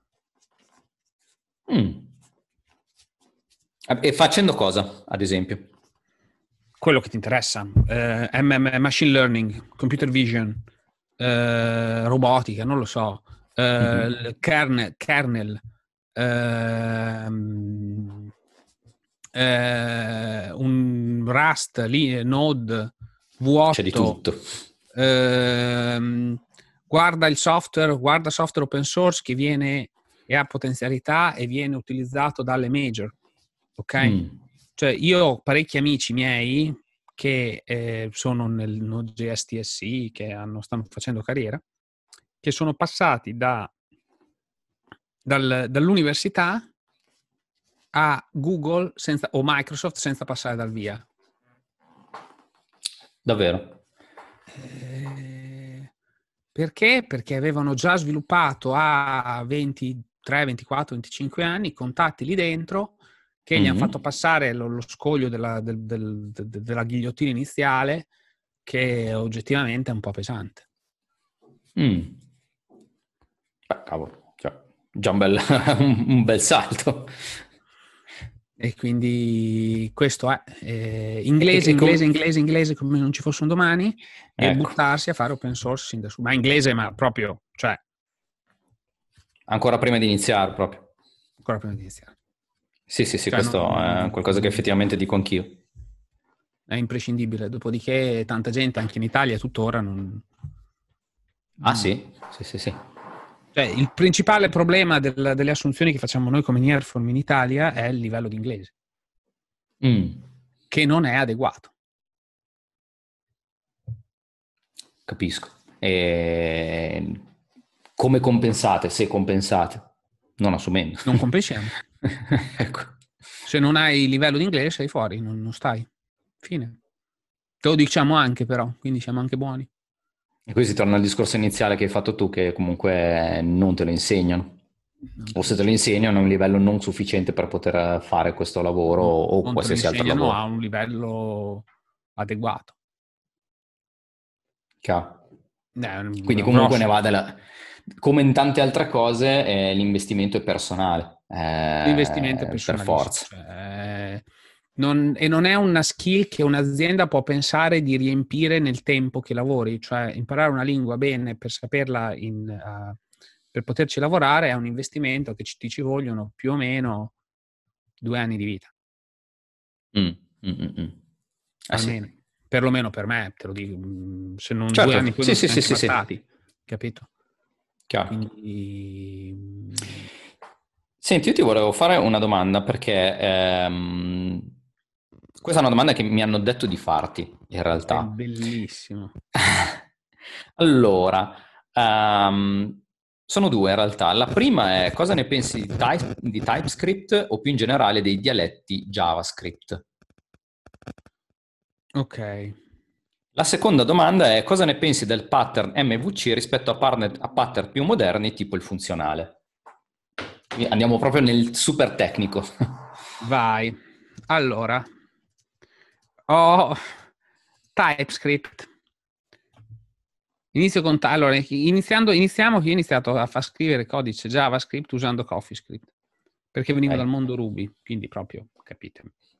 E facendo cosa, ad esempio? Quello che ti interessa, machine learning, computer vision, robotica, non lo so, kernel, un Rust, Node, C'è di V8, tutto. guarda software open source che viene e ha potenzialità e viene utilizzato dalle major, ok? Cioè io ho parecchi amici miei che sono nel Node.js TSC, che stanno facendo carriera, che sono passati dall'università a Google o Microsoft senza passare dal via. Davvero? Perché? Perché avevano già sviluppato a 23, 24, 25 anni contatti lì dentro che gli hanno fatto passare lo scoglio della ghigliottina iniziale, che oggettivamente è un po' pesante. Beh, cavolo, cioè, già un bel, un bel salto. E quindi questo è inglese come non ci fosse un domani, e Ecco, buttarsi a fare open source sin da su. Ma inglese, ma proprio, cioè, ancora prima di iniziare proprio. ancora prima di iniziare. Sì, sì, sì, Cioè, questo è qualcosa che effettivamente dico anch'io. è imprescindibile. Dopodiché tanta gente, anche in Italia, tuttora non... Ah sì? Sì, sì, sì. Cioè, il principale problema delle assunzioni che facciamo noi come Nearform in Italia è il livello di inglese, che non è adeguato. Capisco. E come compensate, se compensate? Non assumendo. Non compensiamo. Ecco. Se non hai il livello di inglese sei fuori, non stai. Fine. Te lo diciamo anche però, quindi siamo anche buoni. E qui si torna al discorso iniziale che hai fatto tu, che comunque non te lo insegnano. O se te lo insegnano a un livello non sufficiente per poter fare questo lavoro o Non te lo qualsiasi altro insegnano a lavoro. un livello adeguato. Chiaro. È Quindi un comunque grosso. come in tante altre cose, l'investimento è personale, L'investimento è per personalissimo. forza. Cioè, e non è una skill che un'azienda può pensare di riempire nel tempo che lavori. Cioè, imparare una lingua bene per saperla per poterci lavorare è un investimento che ti ci vogliono più o meno 2 anni di vita. Sì. Almeno. Perlomeno per me, te lo dico. Se non 2 anni Certo, poi sì, non sì, sono sì, neanche sì, sì. bastati. Capito? Chiaro. Quindi... Senti, io ti volevo fare una domanda perché questa è una domanda che mi hanno detto di farti, in È realtà. bellissimo. Allora, sono due in realtà. La prima è cosa ne pensi di TypeScript o più in generale dei dialetti JavaScript? Ok. La seconda domanda è cosa ne pensi del pattern MVC rispetto a pattern più moderni tipo il funzionale? Quindi andiamo proprio nel super tecnico. Vai. Allora, ho TypeScript. Allora, iniziamo che io ho iniziato a far scrivere codice JavaScript usando CoffeeScript, perché venivo dal Ok. mondo Ruby, quindi proprio, capite.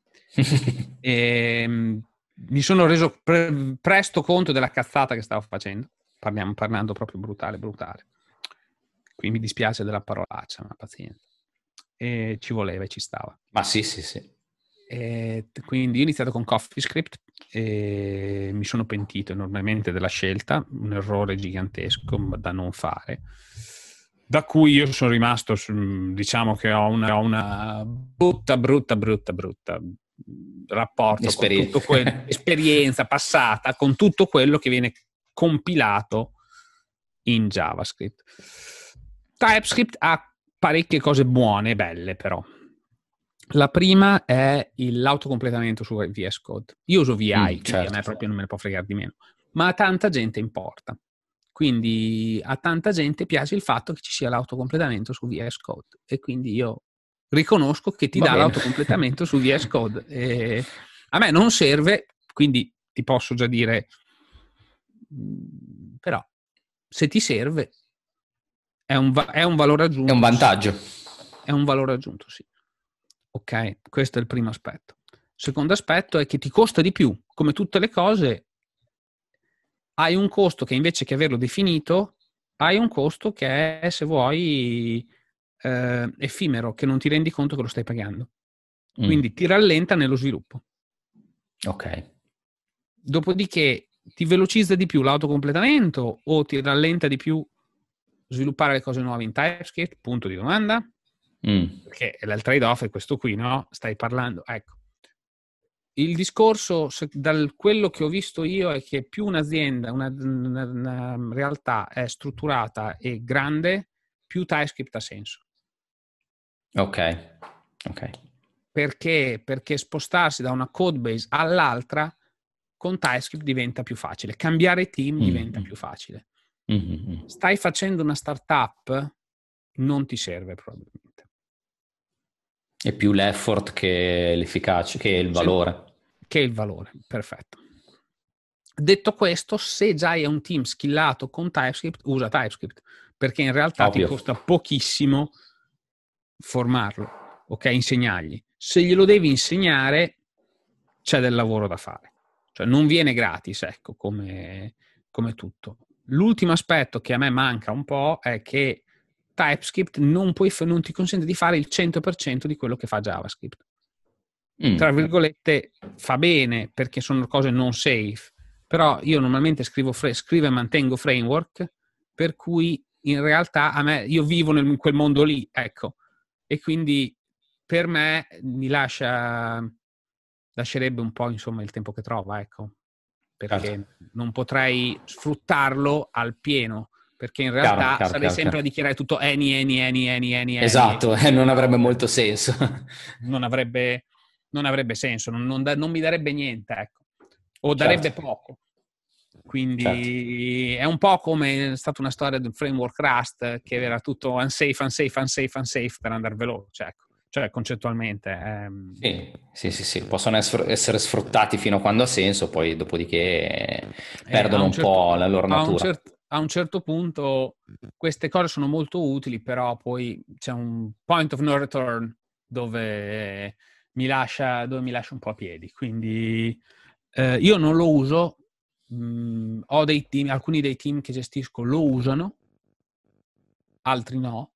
Mi sono reso presto conto della cazzata che stavo facendo, parlando proprio brutale, brutale. Qui mi dispiace della parolaccia, ma pazienza. E ci voleva e ci stava. Ma sì, sì, sì. Quindi ho iniziato con CoffeeScript e mi sono pentito enormemente della scelta, un errore gigantesco da non fare, da cui io sono rimasto, diciamo che ho una brutta rapporto con tutto esperienza passata con tutto quello che viene compilato in JavaScript. TypeScript ha parecchie cose buone, belle però. La prima è l'autocompletamento su VS Code. Io uso VI, quindi a me Certo. proprio non me ne può fregare di meno, ma a tanta gente importa. Quindi a tanta gente piace il fatto che ci sia l'autocompletamento su VS Code e quindi io riconosco che ti Va dà bene. l'autocompletamento su VS Code. E a me non serve, quindi ti posso già dire, però se ti serve è un valore È un aggiunto, sì. vantaggio. È un valore aggiunto, sì. Ok, questo è il primo aspetto. Il secondo aspetto è che ti costa di più. Come tutte le cose, hai un costo che invece che averlo definito, hai un costo che è, se vuoi, effimero, che non ti rendi conto che lo stai pagando. Mm, Quindi ti rallenta nello sviluppo. ok. Dopodiché ti velocizza di più l'autocompletamento o ti rallenta di più sviluppare le cose nuove in TypeScript? Punto di domanda. Mm, Perché il trade-off è questo qui, no? Stai parlando, ecco. Il discorso, quello che ho visto io, è che più un'azienda, una realtà è strutturata e grande, più TypeScript ha senso. ok. Ok. Perché? Perché spostarsi da una code base all'altra con TypeScript diventa più facile. Cambiare team Mm, diventa mm, più facile. mm, mm. Stai facendo una startup, non ti serve probabilmente. È più l'effort che l'efficacia, che il Sì. valore. Che è il valore, perfetto. Detto questo, se già hai un team skillato con TypeScript, usa TypeScript, perché in realtà ti Ovvio. costa pochissimo formarlo, ok? Insegnargli. Se glielo devi insegnare, c'è del lavoro da fare. Cioè non viene gratis, ecco, come tutto. L'ultimo aspetto che a me manca un po' è che TypeScript non ti consente di fare il 100% di quello che fa JavaScript. Tra Mm, virgolette, fa bene perché sono cose non safe, però io normalmente scrivo e mantengo framework, per cui in realtà io vivo in quel mondo lì, ecco, e quindi per me lascerebbe un po', insomma, il tempo che trova, ecco, certo. perché non potrei sfruttarlo al pieno, perché in Chiaro, realtà chiaro, sarei chiaro, sempre a chiaro. dichiarare tutto any, Esatto, non avrebbe molto senso. non avrebbe, non avrebbe senso, non mi darebbe niente, ecco, o Certo, darebbe poco. certo. Quindi è un po' come è stata una storia del framework Rust, che era tutto unsafe per andare veloce, ecco. Cioè concettualmente. Sì, sì, sì, sì, possono essere sfruttati fino a quando ha senso, poi dopodiché A perdono un un po' certo, la loro natura. a un certo punto queste cose sono molto utili, però poi c'è un point of no return dove dove mi lascia un po' a piedi. Quindi io non lo uso, ho dei team, alcuni dei team che gestisco lo usano, altri no.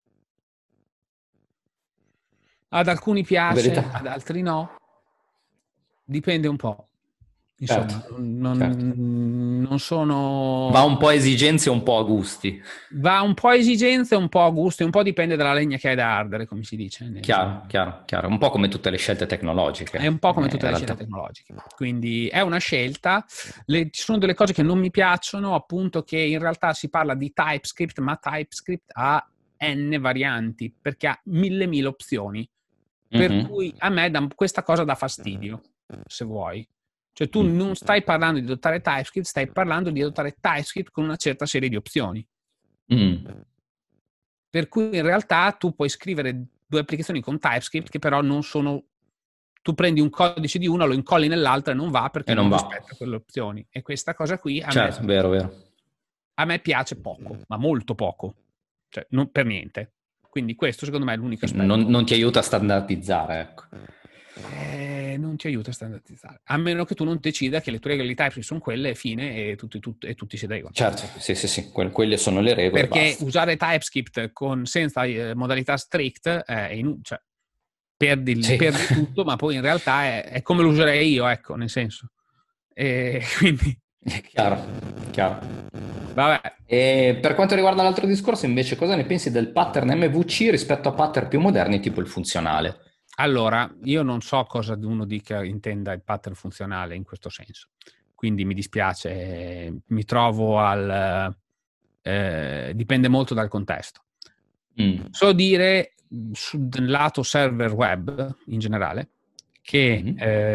Ad alcuni In piace, ad verità, altri no. Dipende un po'. certo, Insomma, certo. non Va sono. un po' a esigenze e un po' a gusti. Va un po' a esigenze, un po' a gusto, e un po' dipende dalla legna che hai da ardere, come si dice. Chiaro, chiaro, chiaro. Un po' come tutte le scelte È tecnologiche, un po' come in tutte le scelte realtà. tecnologiche. Quindi è una scelta. Ci sono delle cose che non mi piacciono, appunto, che in realtà si parla di TypeScript, ma TypeScript ha N varianti, perché ha mille opzioni. Per Mhm. cui a me questa cosa dà fastidio, se vuoi. Cioè tu Mm. non stai parlando di adottare TypeScript, stai parlando di adottare TypeScript con una certa serie di opzioni. Mm. Per cui in realtà tu puoi scrivere due applicazioni con TypeScript che però non sono. Tu prendi un codice di una, lo incolli nell'altra e non va E perché non non va. rispetta quelle opzioni. E questa cosa qui Certo, vero, vero. a me piace poco, ma molto poco. Cioè, non per niente. Quindi questo secondo me è l'unico aspetto. Non ti aiuta a standardizzare, ecco. Non ti aiuta a standardizzare. A meno che tu non decida che le tue regole di TypeScript sono quelle, fine, e tutti si adeguano. Certo, sì, sì, sì, quelle sono le regole e Perché basta. usare TypeScript senza modalità strict cioè, Sì, perdi tutto, ma poi in realtà è come lo userei io, ecco, nel senso. E quindi, è chiaro, chiaro. vabbè. E per quanto riguarda l'altro discorso, invece, cosa ne pensi del pattern MVC rispetto a pattern più moderni, tipo il funzionale? Allora, io non so cosa uno intenda il pattern funzionale in questo senso, quindi mi dispiace, mi trovo dipende molto dal contesto. Mm. So dire sul lato server web in generale che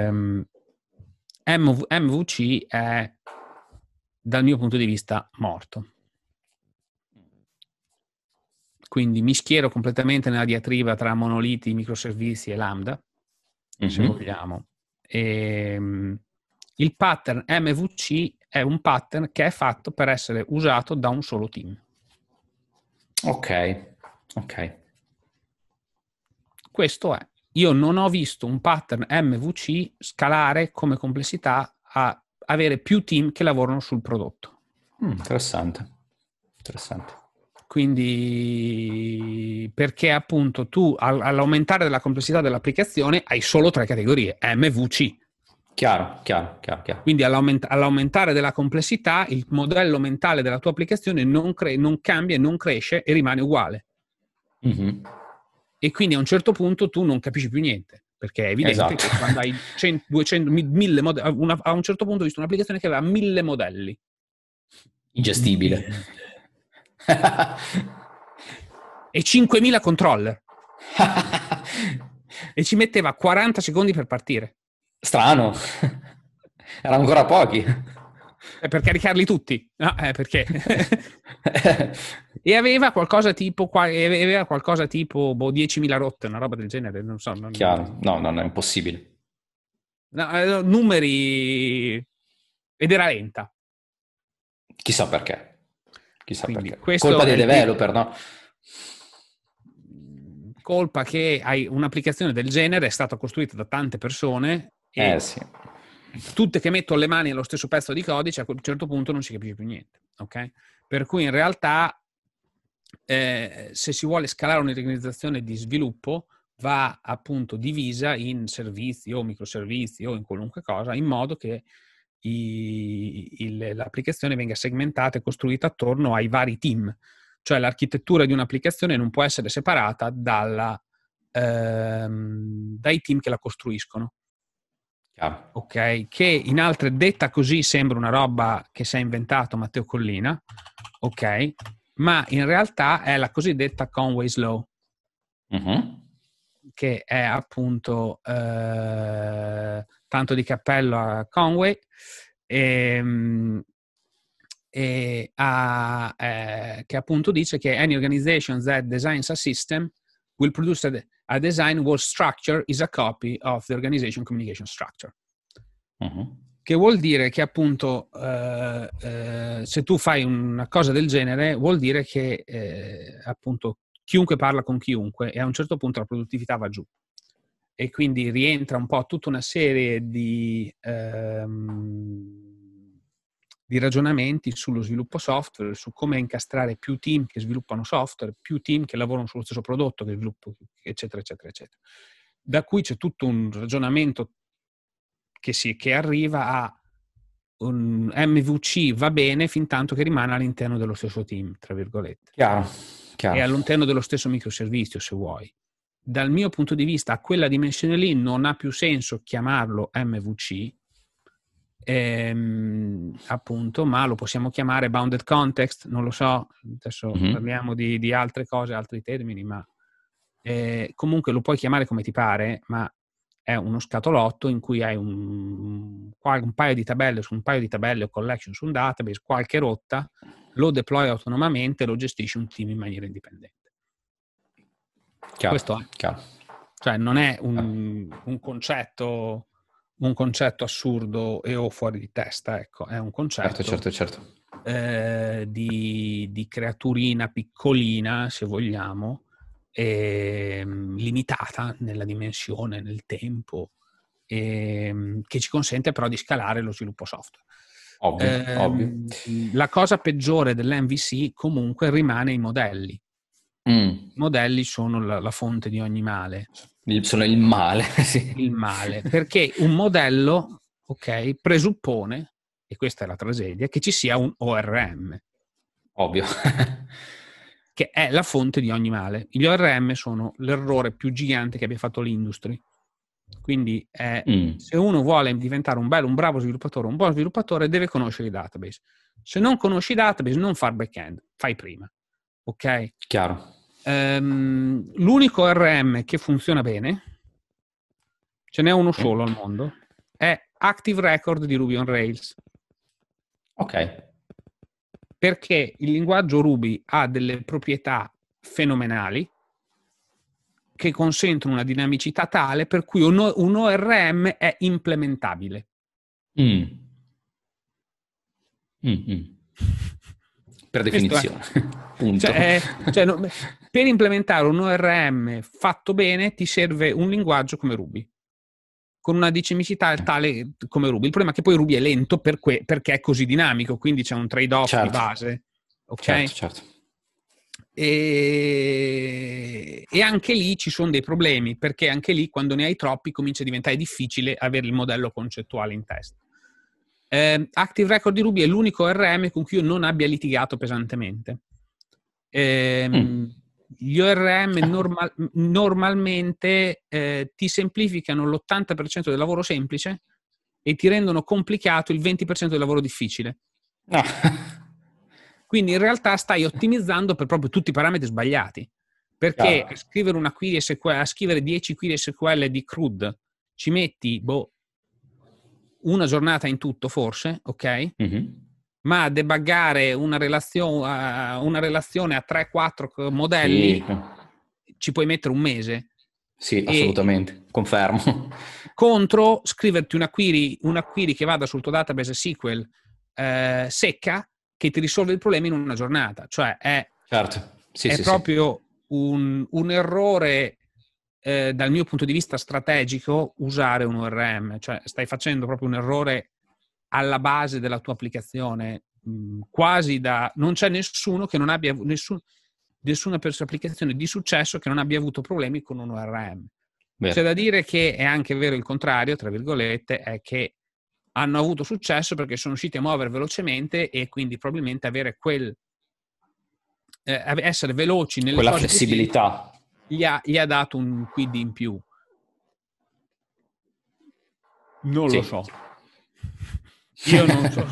MVC è, dal mio punto di vista, morto. Quindi mi schiero completamente nella diatriba tra monoliti, microservizi e Lambda, se vogliamo. Il pattern MVC è un pattern che è fatto per essere usato da un solo team. Ok. Questo è. Io non ho visto un pattern MVC scalare come complessità a avere più team che lavorano sul prodotto. Interessante. Quindi, perché appunto tu all'aumentare della complessità dell'applicazione hai solo 3 categorie, MVC. Chiaro. Quindi all'aumentare della complessità il modello mentale della tua applicazione non cambia, non cresce e rimane uguale. Mm-hmm. E quindi a un certo punto tu non capisci più niente, perché è evidente che quando hai 100, 200, 1000 modelli, a un certo punto ho visto un'applicazione che aveva 1000 modelli. Ingestibile. E 5000 controller. E ci metteva 40 secondi per partire. Strano. Erano ancora pochi. Per caricarli tutti. No, perché? E aveva qualcosa tipo 10.000 rotte, una roba del genere, non so. Chiaro. No, non è impossibile. No, numeri... Ed era lenta. Chissà perché. Quindi, Colpa dei developer, no? Colpa che hai un'applicazione del genere è stata costruita da tante persone e Sì. tutte che mettono le mani allo stesso pezzo di codice, a un certo punto non si capisce più niente. Ok? Per cui in realtà se si vuole scalare un'organizzazione di sviluppo va appunto divisa in servizi o microservizi o in qualunque cosa, in modo che l'applicazione venga segmentata e costruita attorno ai vari team. Cioè l'architettura di un'applicazione non può essere separata dai team che la costruiscono. Chiaro. Ok? Che in altre, detta così, sembra una roba che si è inventato Matteo Collina, ok? Ma in realtà è la cosiddetta Conway's Law, che è appunto tanto di cappello a Conway, che appunto dice che any organization that designs a system will produce a design whose structure is a copy of the organization communication structure. Che vuol dire che appunto se tu fai una cosa del genere vuol dire che appunto chiunque parla con chiunque e a un certo punto la produttività va giù e quindi rientra un po' tutta una serie di ragionamenti sullo sviluppo software, su come incastrare più team che sviluppano software, più team che lavorano sullo stesso prodotto che sviluppano, eccetera. Da cui c'è tutto un ragionamento che arriva a un MVC va bene fin tanto che rimane all'interno dello stesso team, tra virgolette. Chiaro. E all'interno dello stesso microservizio, se vuoi. Dal mio punto di vista, a quella dimensione lì non ha più senso chiamarlo MVC, appunto, ma lo possiamo chiamare bounded context, non lo so, adesso parliamo di altre cose, altri termini, ma comunque lo puoi chiamare come ti pare, ma è uno scatolotto in cui hai un paio di tabelle su un paio di tabelle o collection su un database, qualche rotta, lo deploy autonomamente e lo gestisce un team in maniera indipendente. Questo è. Cioè non è un concetto assurdo e o fuori di testa, ecco, è un concetto certo. di creaturina piccolina, se vogliamo, limitata nella dimensione, nel tempo, che ci consente però di scalare lo sviluppo software. Ovvio. La cosa peggiore dell'MVC comunque rimane i modelli. I modelli sono la fonte di ogni male. Sono il male, sì. Il male, perché un modello, ok, presuppone, e questa è la tragedia, che ci sia un ORM. Ovvio. Che è la fonte di ogni male. Gli ORM sono l'errore più gigante che abbia fatto l'industry. Quindi se uno vuole diventare un bravo sviluppatore, un buon sviluppatore, deve conoscere i database. Se non conosci i database, non far back-end, fai prima. Ok? Chiaro. L'unico ORM che funziona bene, ce n'è uno Sì. solo al mondo, è Active Record di Ruby on Rails. Ok. Perché il linguaggio Ruby ha delle proprietà fenomenali che consentono una dinamicità tale per cui un ORM è implementabile. Mm. Mm, mm. Per Questo è. definizione, punto. Per implementare un ORM fatto bene ti serve un linguaggio come Ruby, con una dinamicità tale come Ruby. Il problema è che poi Ruby è lento perché è così dinamico, quindi c'è un trade-off di Certo, base, ok? certo, certo. E anche lì ci sono dei problemi, perché anche lì quando ne hai troppi comincia a diventare difficile avere il modello concettuale in testa. Active Record di Ruby è l'unico ORM con cui io non abbia litigato pesantemente. Gli ORM normalmente ti semplificano l'80% del lavoro semplice e ti rendono complicato il 20% del lavoro difficile. No. Quindi in realtà stai ottimizzando per proprio tutti i parametri sbagliati. Perché a scrivere una query SQL, a scrivere 10 query SQL di CRUD ci metti una giornata in tutto forse, ok? Mm-hmm. Ma a debuggare una relazione a 3-4 modelli Sì, ci puoi mettere un mese. sì, E assolutamente, confermo. contro scriverti una query che vada sul tuo database SQL secca, che ti risolve il problema in una giornata. Cioè Certo, sì, è sì, sì. proprio un errore dal mio punto di vista strategico usare un ORM. Cioè stai facendo proprio un errore alla base della tua applicazione, quasi da. Non c'è nessuno che non abbia nessuna applicazione di successo che non abbia avuto problemi con un ORM. C'è Vero. da dire che è anche vero il contrario, tra virgolette, è che hanno avuto successo perché sono riusciti a muovere velocemente e quindi probabilmente avere essere veloci nelle Quella cose che si flessibilità. gli ha dato un quid in più. Non lo Sì. so. Io non so.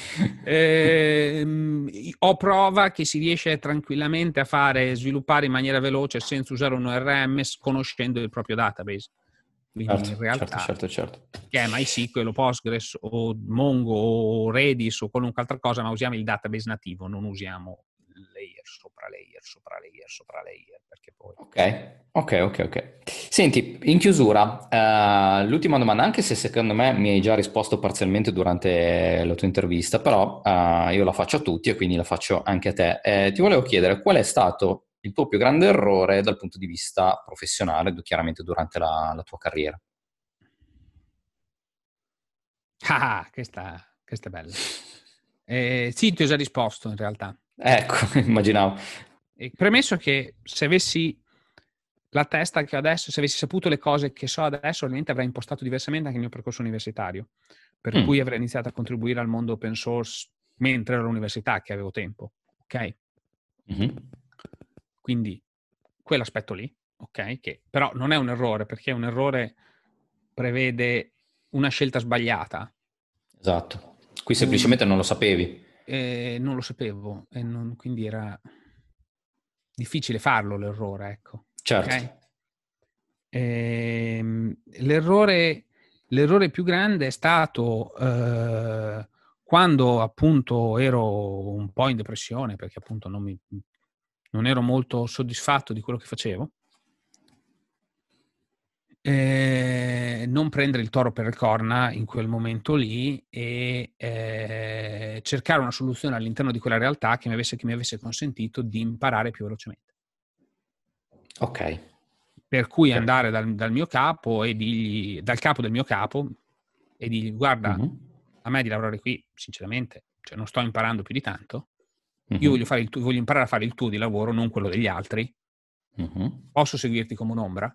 Ho prova che si riesce tranquillamente a sviluppare in maniera veloce senza usare un ORM, conoscendo il proprio database. Quindi in Certo, certo, realtà, certo, certo. che è MySQL o Postgres o Mongo o Redis o qualunque altra cosa, ma usiamo il database nativo, non usiamo layer sopra layer sopra layer sopra layer, perché poi. Ok. Senti, in chiusura, l'ultima domanda, anche se secondo me mi hai già risposto parzialmente durante la tua intervista, però io la faccio a tutti e quindi la faccio anche a te. Ti volevo chiedere qual è stato il tuo più grande errore dal punto di vista professionale, chiaramente durante la tua carriera. Ah, questa è bella. Sì, ti ho già risposto in realtà. Ecco, immaginavo. Premesso che se avessi la testa che ho adesso, se avessi saputo le cose che so adesso, probabilmente avrei impostato diversamente anche il mio percorso universitario, per cui Mm. avrei iniziato a contribuire al mondo open source mentre ero all'università, che avevo tempo, ok? Mhm. Quindi quell'aspetto lì, ok? Che però non è un errore, perché un errore prevede una scelta sbagliata. Esatto. Qui Un, semplicemente non lo sapevi. Non lo sapevo, quindi era difficile farlo l'errore, ecco. Certo. Ok? L'errore più grande è stato quando appunto ero un po' in depressione perché appunto non ero molto soddisfatto di quello che facevo. Non prendere il toro per le corna in quel momento lì e cercare una soluzione all'interno di quella realtà che mi avesse consentito di imparare più velocemente. Ok. Per cui Ok. andare dal mio capo dal capo del mio capo e dirgli: guarda, Mhm. a me di lavorare qui, sinceramente, cioè non sto imparando più di tanto. Io Mhm. voglio imparare a fare il tuo di lavoro, non quello degli altri. Mhm. Posso seguirti come un'ombra?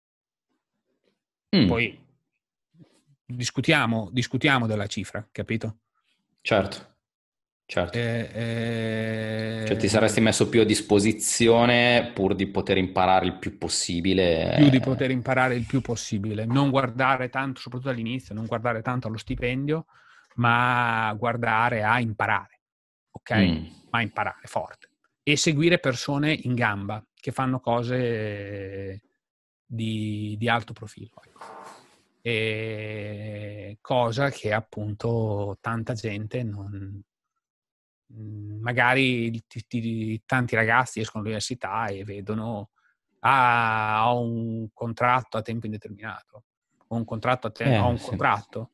Mm. Poi discutiamo della cifra, capito? Certo, certo. Cioè ti Eh, saresti messo più a disposizione pur di poter imparare il più più di possibile. poter imparare il più possibile, non guardare tanto, soprattutto all'inizio, non guardare tanto allo stipendio, ma guardare a imparare, ok? Mm. Ma imparare forte. E seguire persone in gamba, che fanno cose di alto profilo. Ecco. E cosa che appunto tanta gente non... Magari tanti ragazzi escono all'università e vedono ho un contratto a tempo indeterminato, ho un contratto ho un Sì. contratto.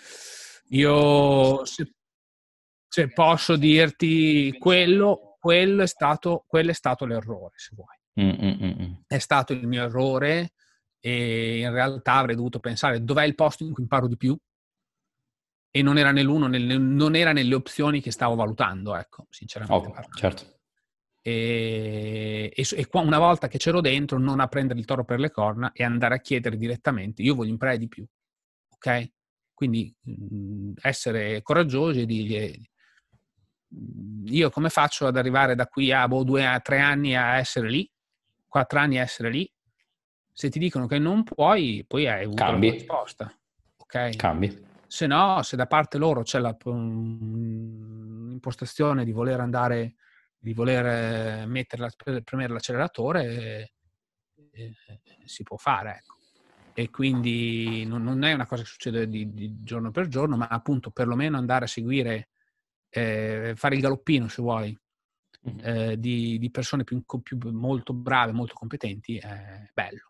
Io se posso dirti quello è stato l'errore, se vuoi. È stato il mio errore e in realtà avrei dovuto pensare dov'è il posto in cui imparo di più, e non era non era nelle opzioni che stavo valutando, ecco, sinceramente parlando. Certo. E una volta che c'ero dentro, non a prendere il toro per le corna e andare a chiedere direttamente, io voglio imparare di più, ok? Quindi essere coraggiosi e dirgli, io come faccio ad arrivare da qui a 2 a 3 anni a essere lì, 4 anni a essere lì? Se ti dicono che non puoi, poi hai avuto la tua risposta, ok? Cambi. Se no, se da parte loro c'è l'impostazione di voler andare, di voler premere l'acceleratore, si può fare, ecco. E quindi non è una cosa che succede di giorno per giorno, ma appunto perlomeno andare a seguire, fare il galoppino, se vuoi, di persone molto brave, molto competenti, è bello.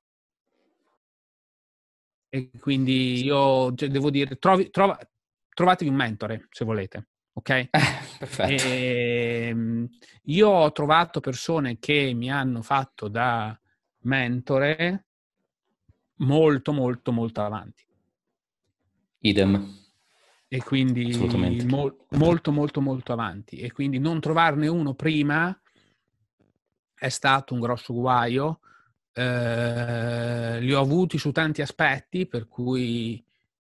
E quindi io devo dire, trovatevi un mentore, se volete, ok? Perfetto. Io ho trovato persone che mi hanno fatto da mentore molto, molto, molto avanti. Idem. E quindi Assolutamente. molto, molto, molto avanti. E quindi non trovarne uno prima è stato un grosso guaio. Li ho avuti su tanti aspetti, per cui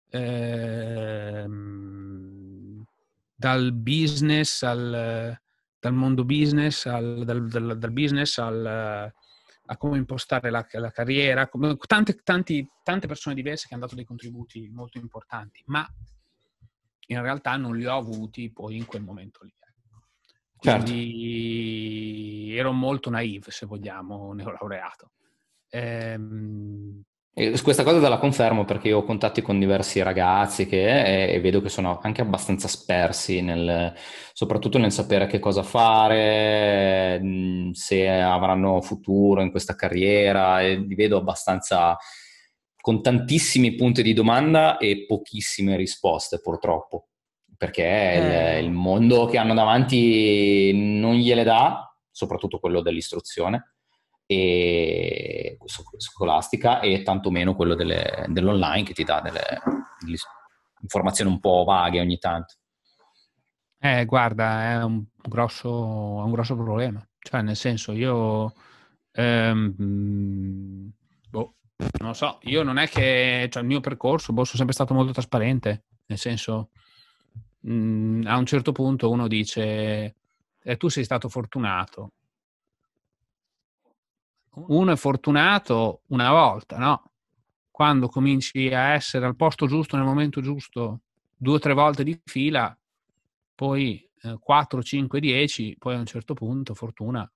dal business dal mondo business, dal business a come impostare la carriera, tante persone diverse che hanno dato dei contributi molto importanti, ma in realtà non li ho avuti poi in quel momento lì. Quindi ero molto naive, se vogliamo, neolaureato. E questa cosa te la confermo perché io ho contatti con diversi ragazzi e vedo che sono anche abbastanza spersi soprattutto nel sapere che cosa fare, se avranno futuro in questa carriera, e li vedo abbastanza con tantissimi punti di domanda e pochissime risposte, purtroppo, perché il mondo che hanno davanti non gliele dà, soprattutto quello dell'istruzione e scolastica, e tantomeno quello dell'online, che ti dà delle informazioni un po' vaghe ogni tanto. Guarda, è un grosso problema. Cioè, nel senso, io non lo so, io non è che, cioè, il mio percorso, sono sempre stato molto trasparente, nel senso, a un certo punto uno dice, tu sei stato fortunato. Uno è fortunato una volta, no? Quando cominci a essere al posto giusto nel momento giusto 2 o 3 volte di fila, poi 4, 5, 10, poi a un certo punto fortuna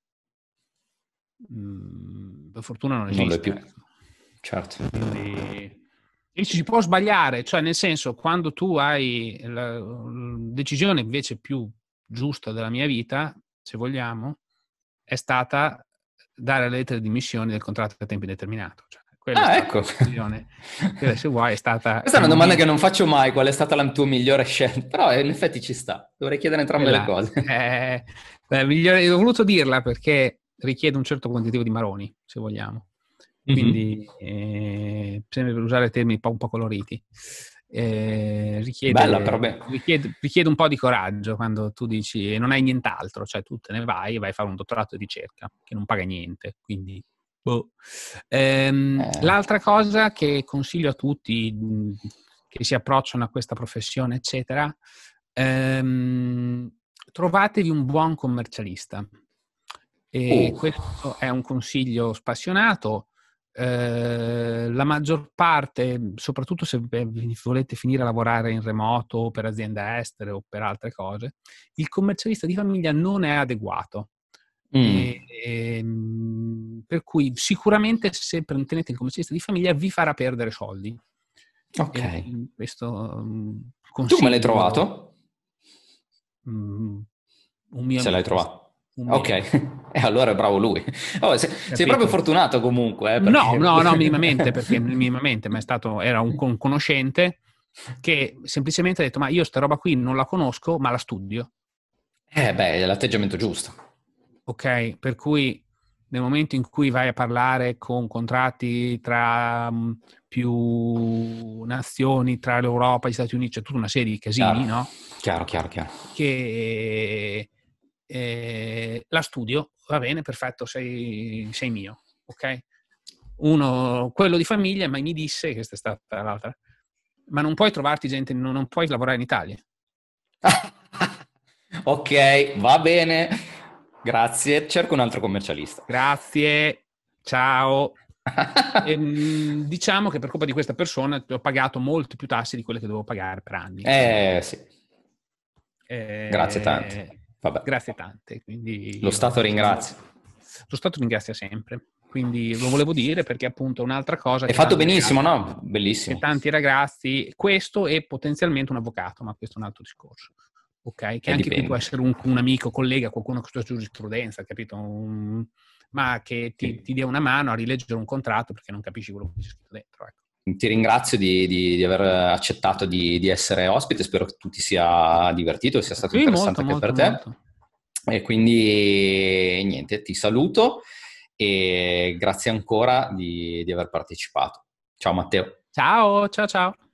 non Non lo è esiste. più. Certo. Quindi si può sbagliare, cioè nel senso, quando tu hai la decisione invece più giusta della mia vita, se vogliamo, è stata dare le lettere di dimissioni del contratto a tempo indeterminato. Cioè, quella è stata Ecco. la decisione. Quella, se vuoi, è stata Questa è una domanda che non faccio mai, qual è stata la tua migliore scelta, però in effetti ci sta, dovrei chiedere entrambe le cose. Migliore, ho voluto dirla perché richiede un certo quantitativo di maroni, se vogliamo. Quindi, sempre per usare termini un po' coloriti, Bella, però richiede un po' di coraggio quando tu dici e non hai nient'altro, cioè tu te ne vai a fare un dottorato di ricerca che non paga niente, quindi l'altra cosa che consiglio a tutti che si approcciano a questa professione, eccetera, trovatevi un buon commercialista. E questo è un consiglio spassionato. La maggior parte, soprattutto se volete finire a lavorare in remoto per aziende estere o per altre cose, il commercialista di famiglia non è adeguato. per cui sicuramente se tenete il commercialista di famiglia vi farà perdere soldi. Ok. E questo Tu come l'hai consiglio. trovato? Un mio Se l'hai amico. trovato. Un mio Ok, amico. e allora è bravo lui. Oh, sei proprio Capito? fortunato comunque, No, perché... no, no, minimamente, perché minimamente, ma era un conoscente che semplicemente ha detto: ma io sta roba qui non la conosco, ma la studio. Beh, è l'atteggiamento giusto. Ok? Per cui nel momento in cui vai a parlare con contratti tra più nazioni, tra l'Europa e gli Stati Uniti, c'è tutta una serie di Chiaro, casini, no? chiaro, chiaro, chiaro. Che la studio, va bene, perfetto, sei mio, ok? Quello di famiglia, ma mi disse, questa è stata l'altra, ma non puoi trovarti gente, non puoi lavorare in Italia. Ok, va bene. Grazie. Cerco un altro commercialista. Grazie, ciao. Diciamo che per colpa di questa persona ho pagato molte più tasse di quelle che dovevo pagare per anni. Sì. Grazie tante. Eh, Vabbè. grazie tante. Quindi Lo io, Stato ringrazia. lo Stato ringrazia sempre. Quindi lo volevo dire perché appunto è un'altra cosa Hai fatto benissimo, no? che Bellissimo. tanti ragazzi, questo e potenzialmente un avvocato, ma questo è un altro discorso. Ok? Che E anche qui può dipende. essere un amico, collega, qualcuno che studia giurisprudenza, capito? Ma che ti dia una mano a rileggere un contratto perché non capisci quello che c'è scritto dentro. Ecco. Ti ringrazio di aver accettato di essere ospite, spero che tu ti sia divertito e sia stato Sì, molto, interessante anche per molto, te. molto. E quindi niente, ti saluto e grazie ancora di aver partecipato. Ciao Matteo. Ciao, ciao, ciao.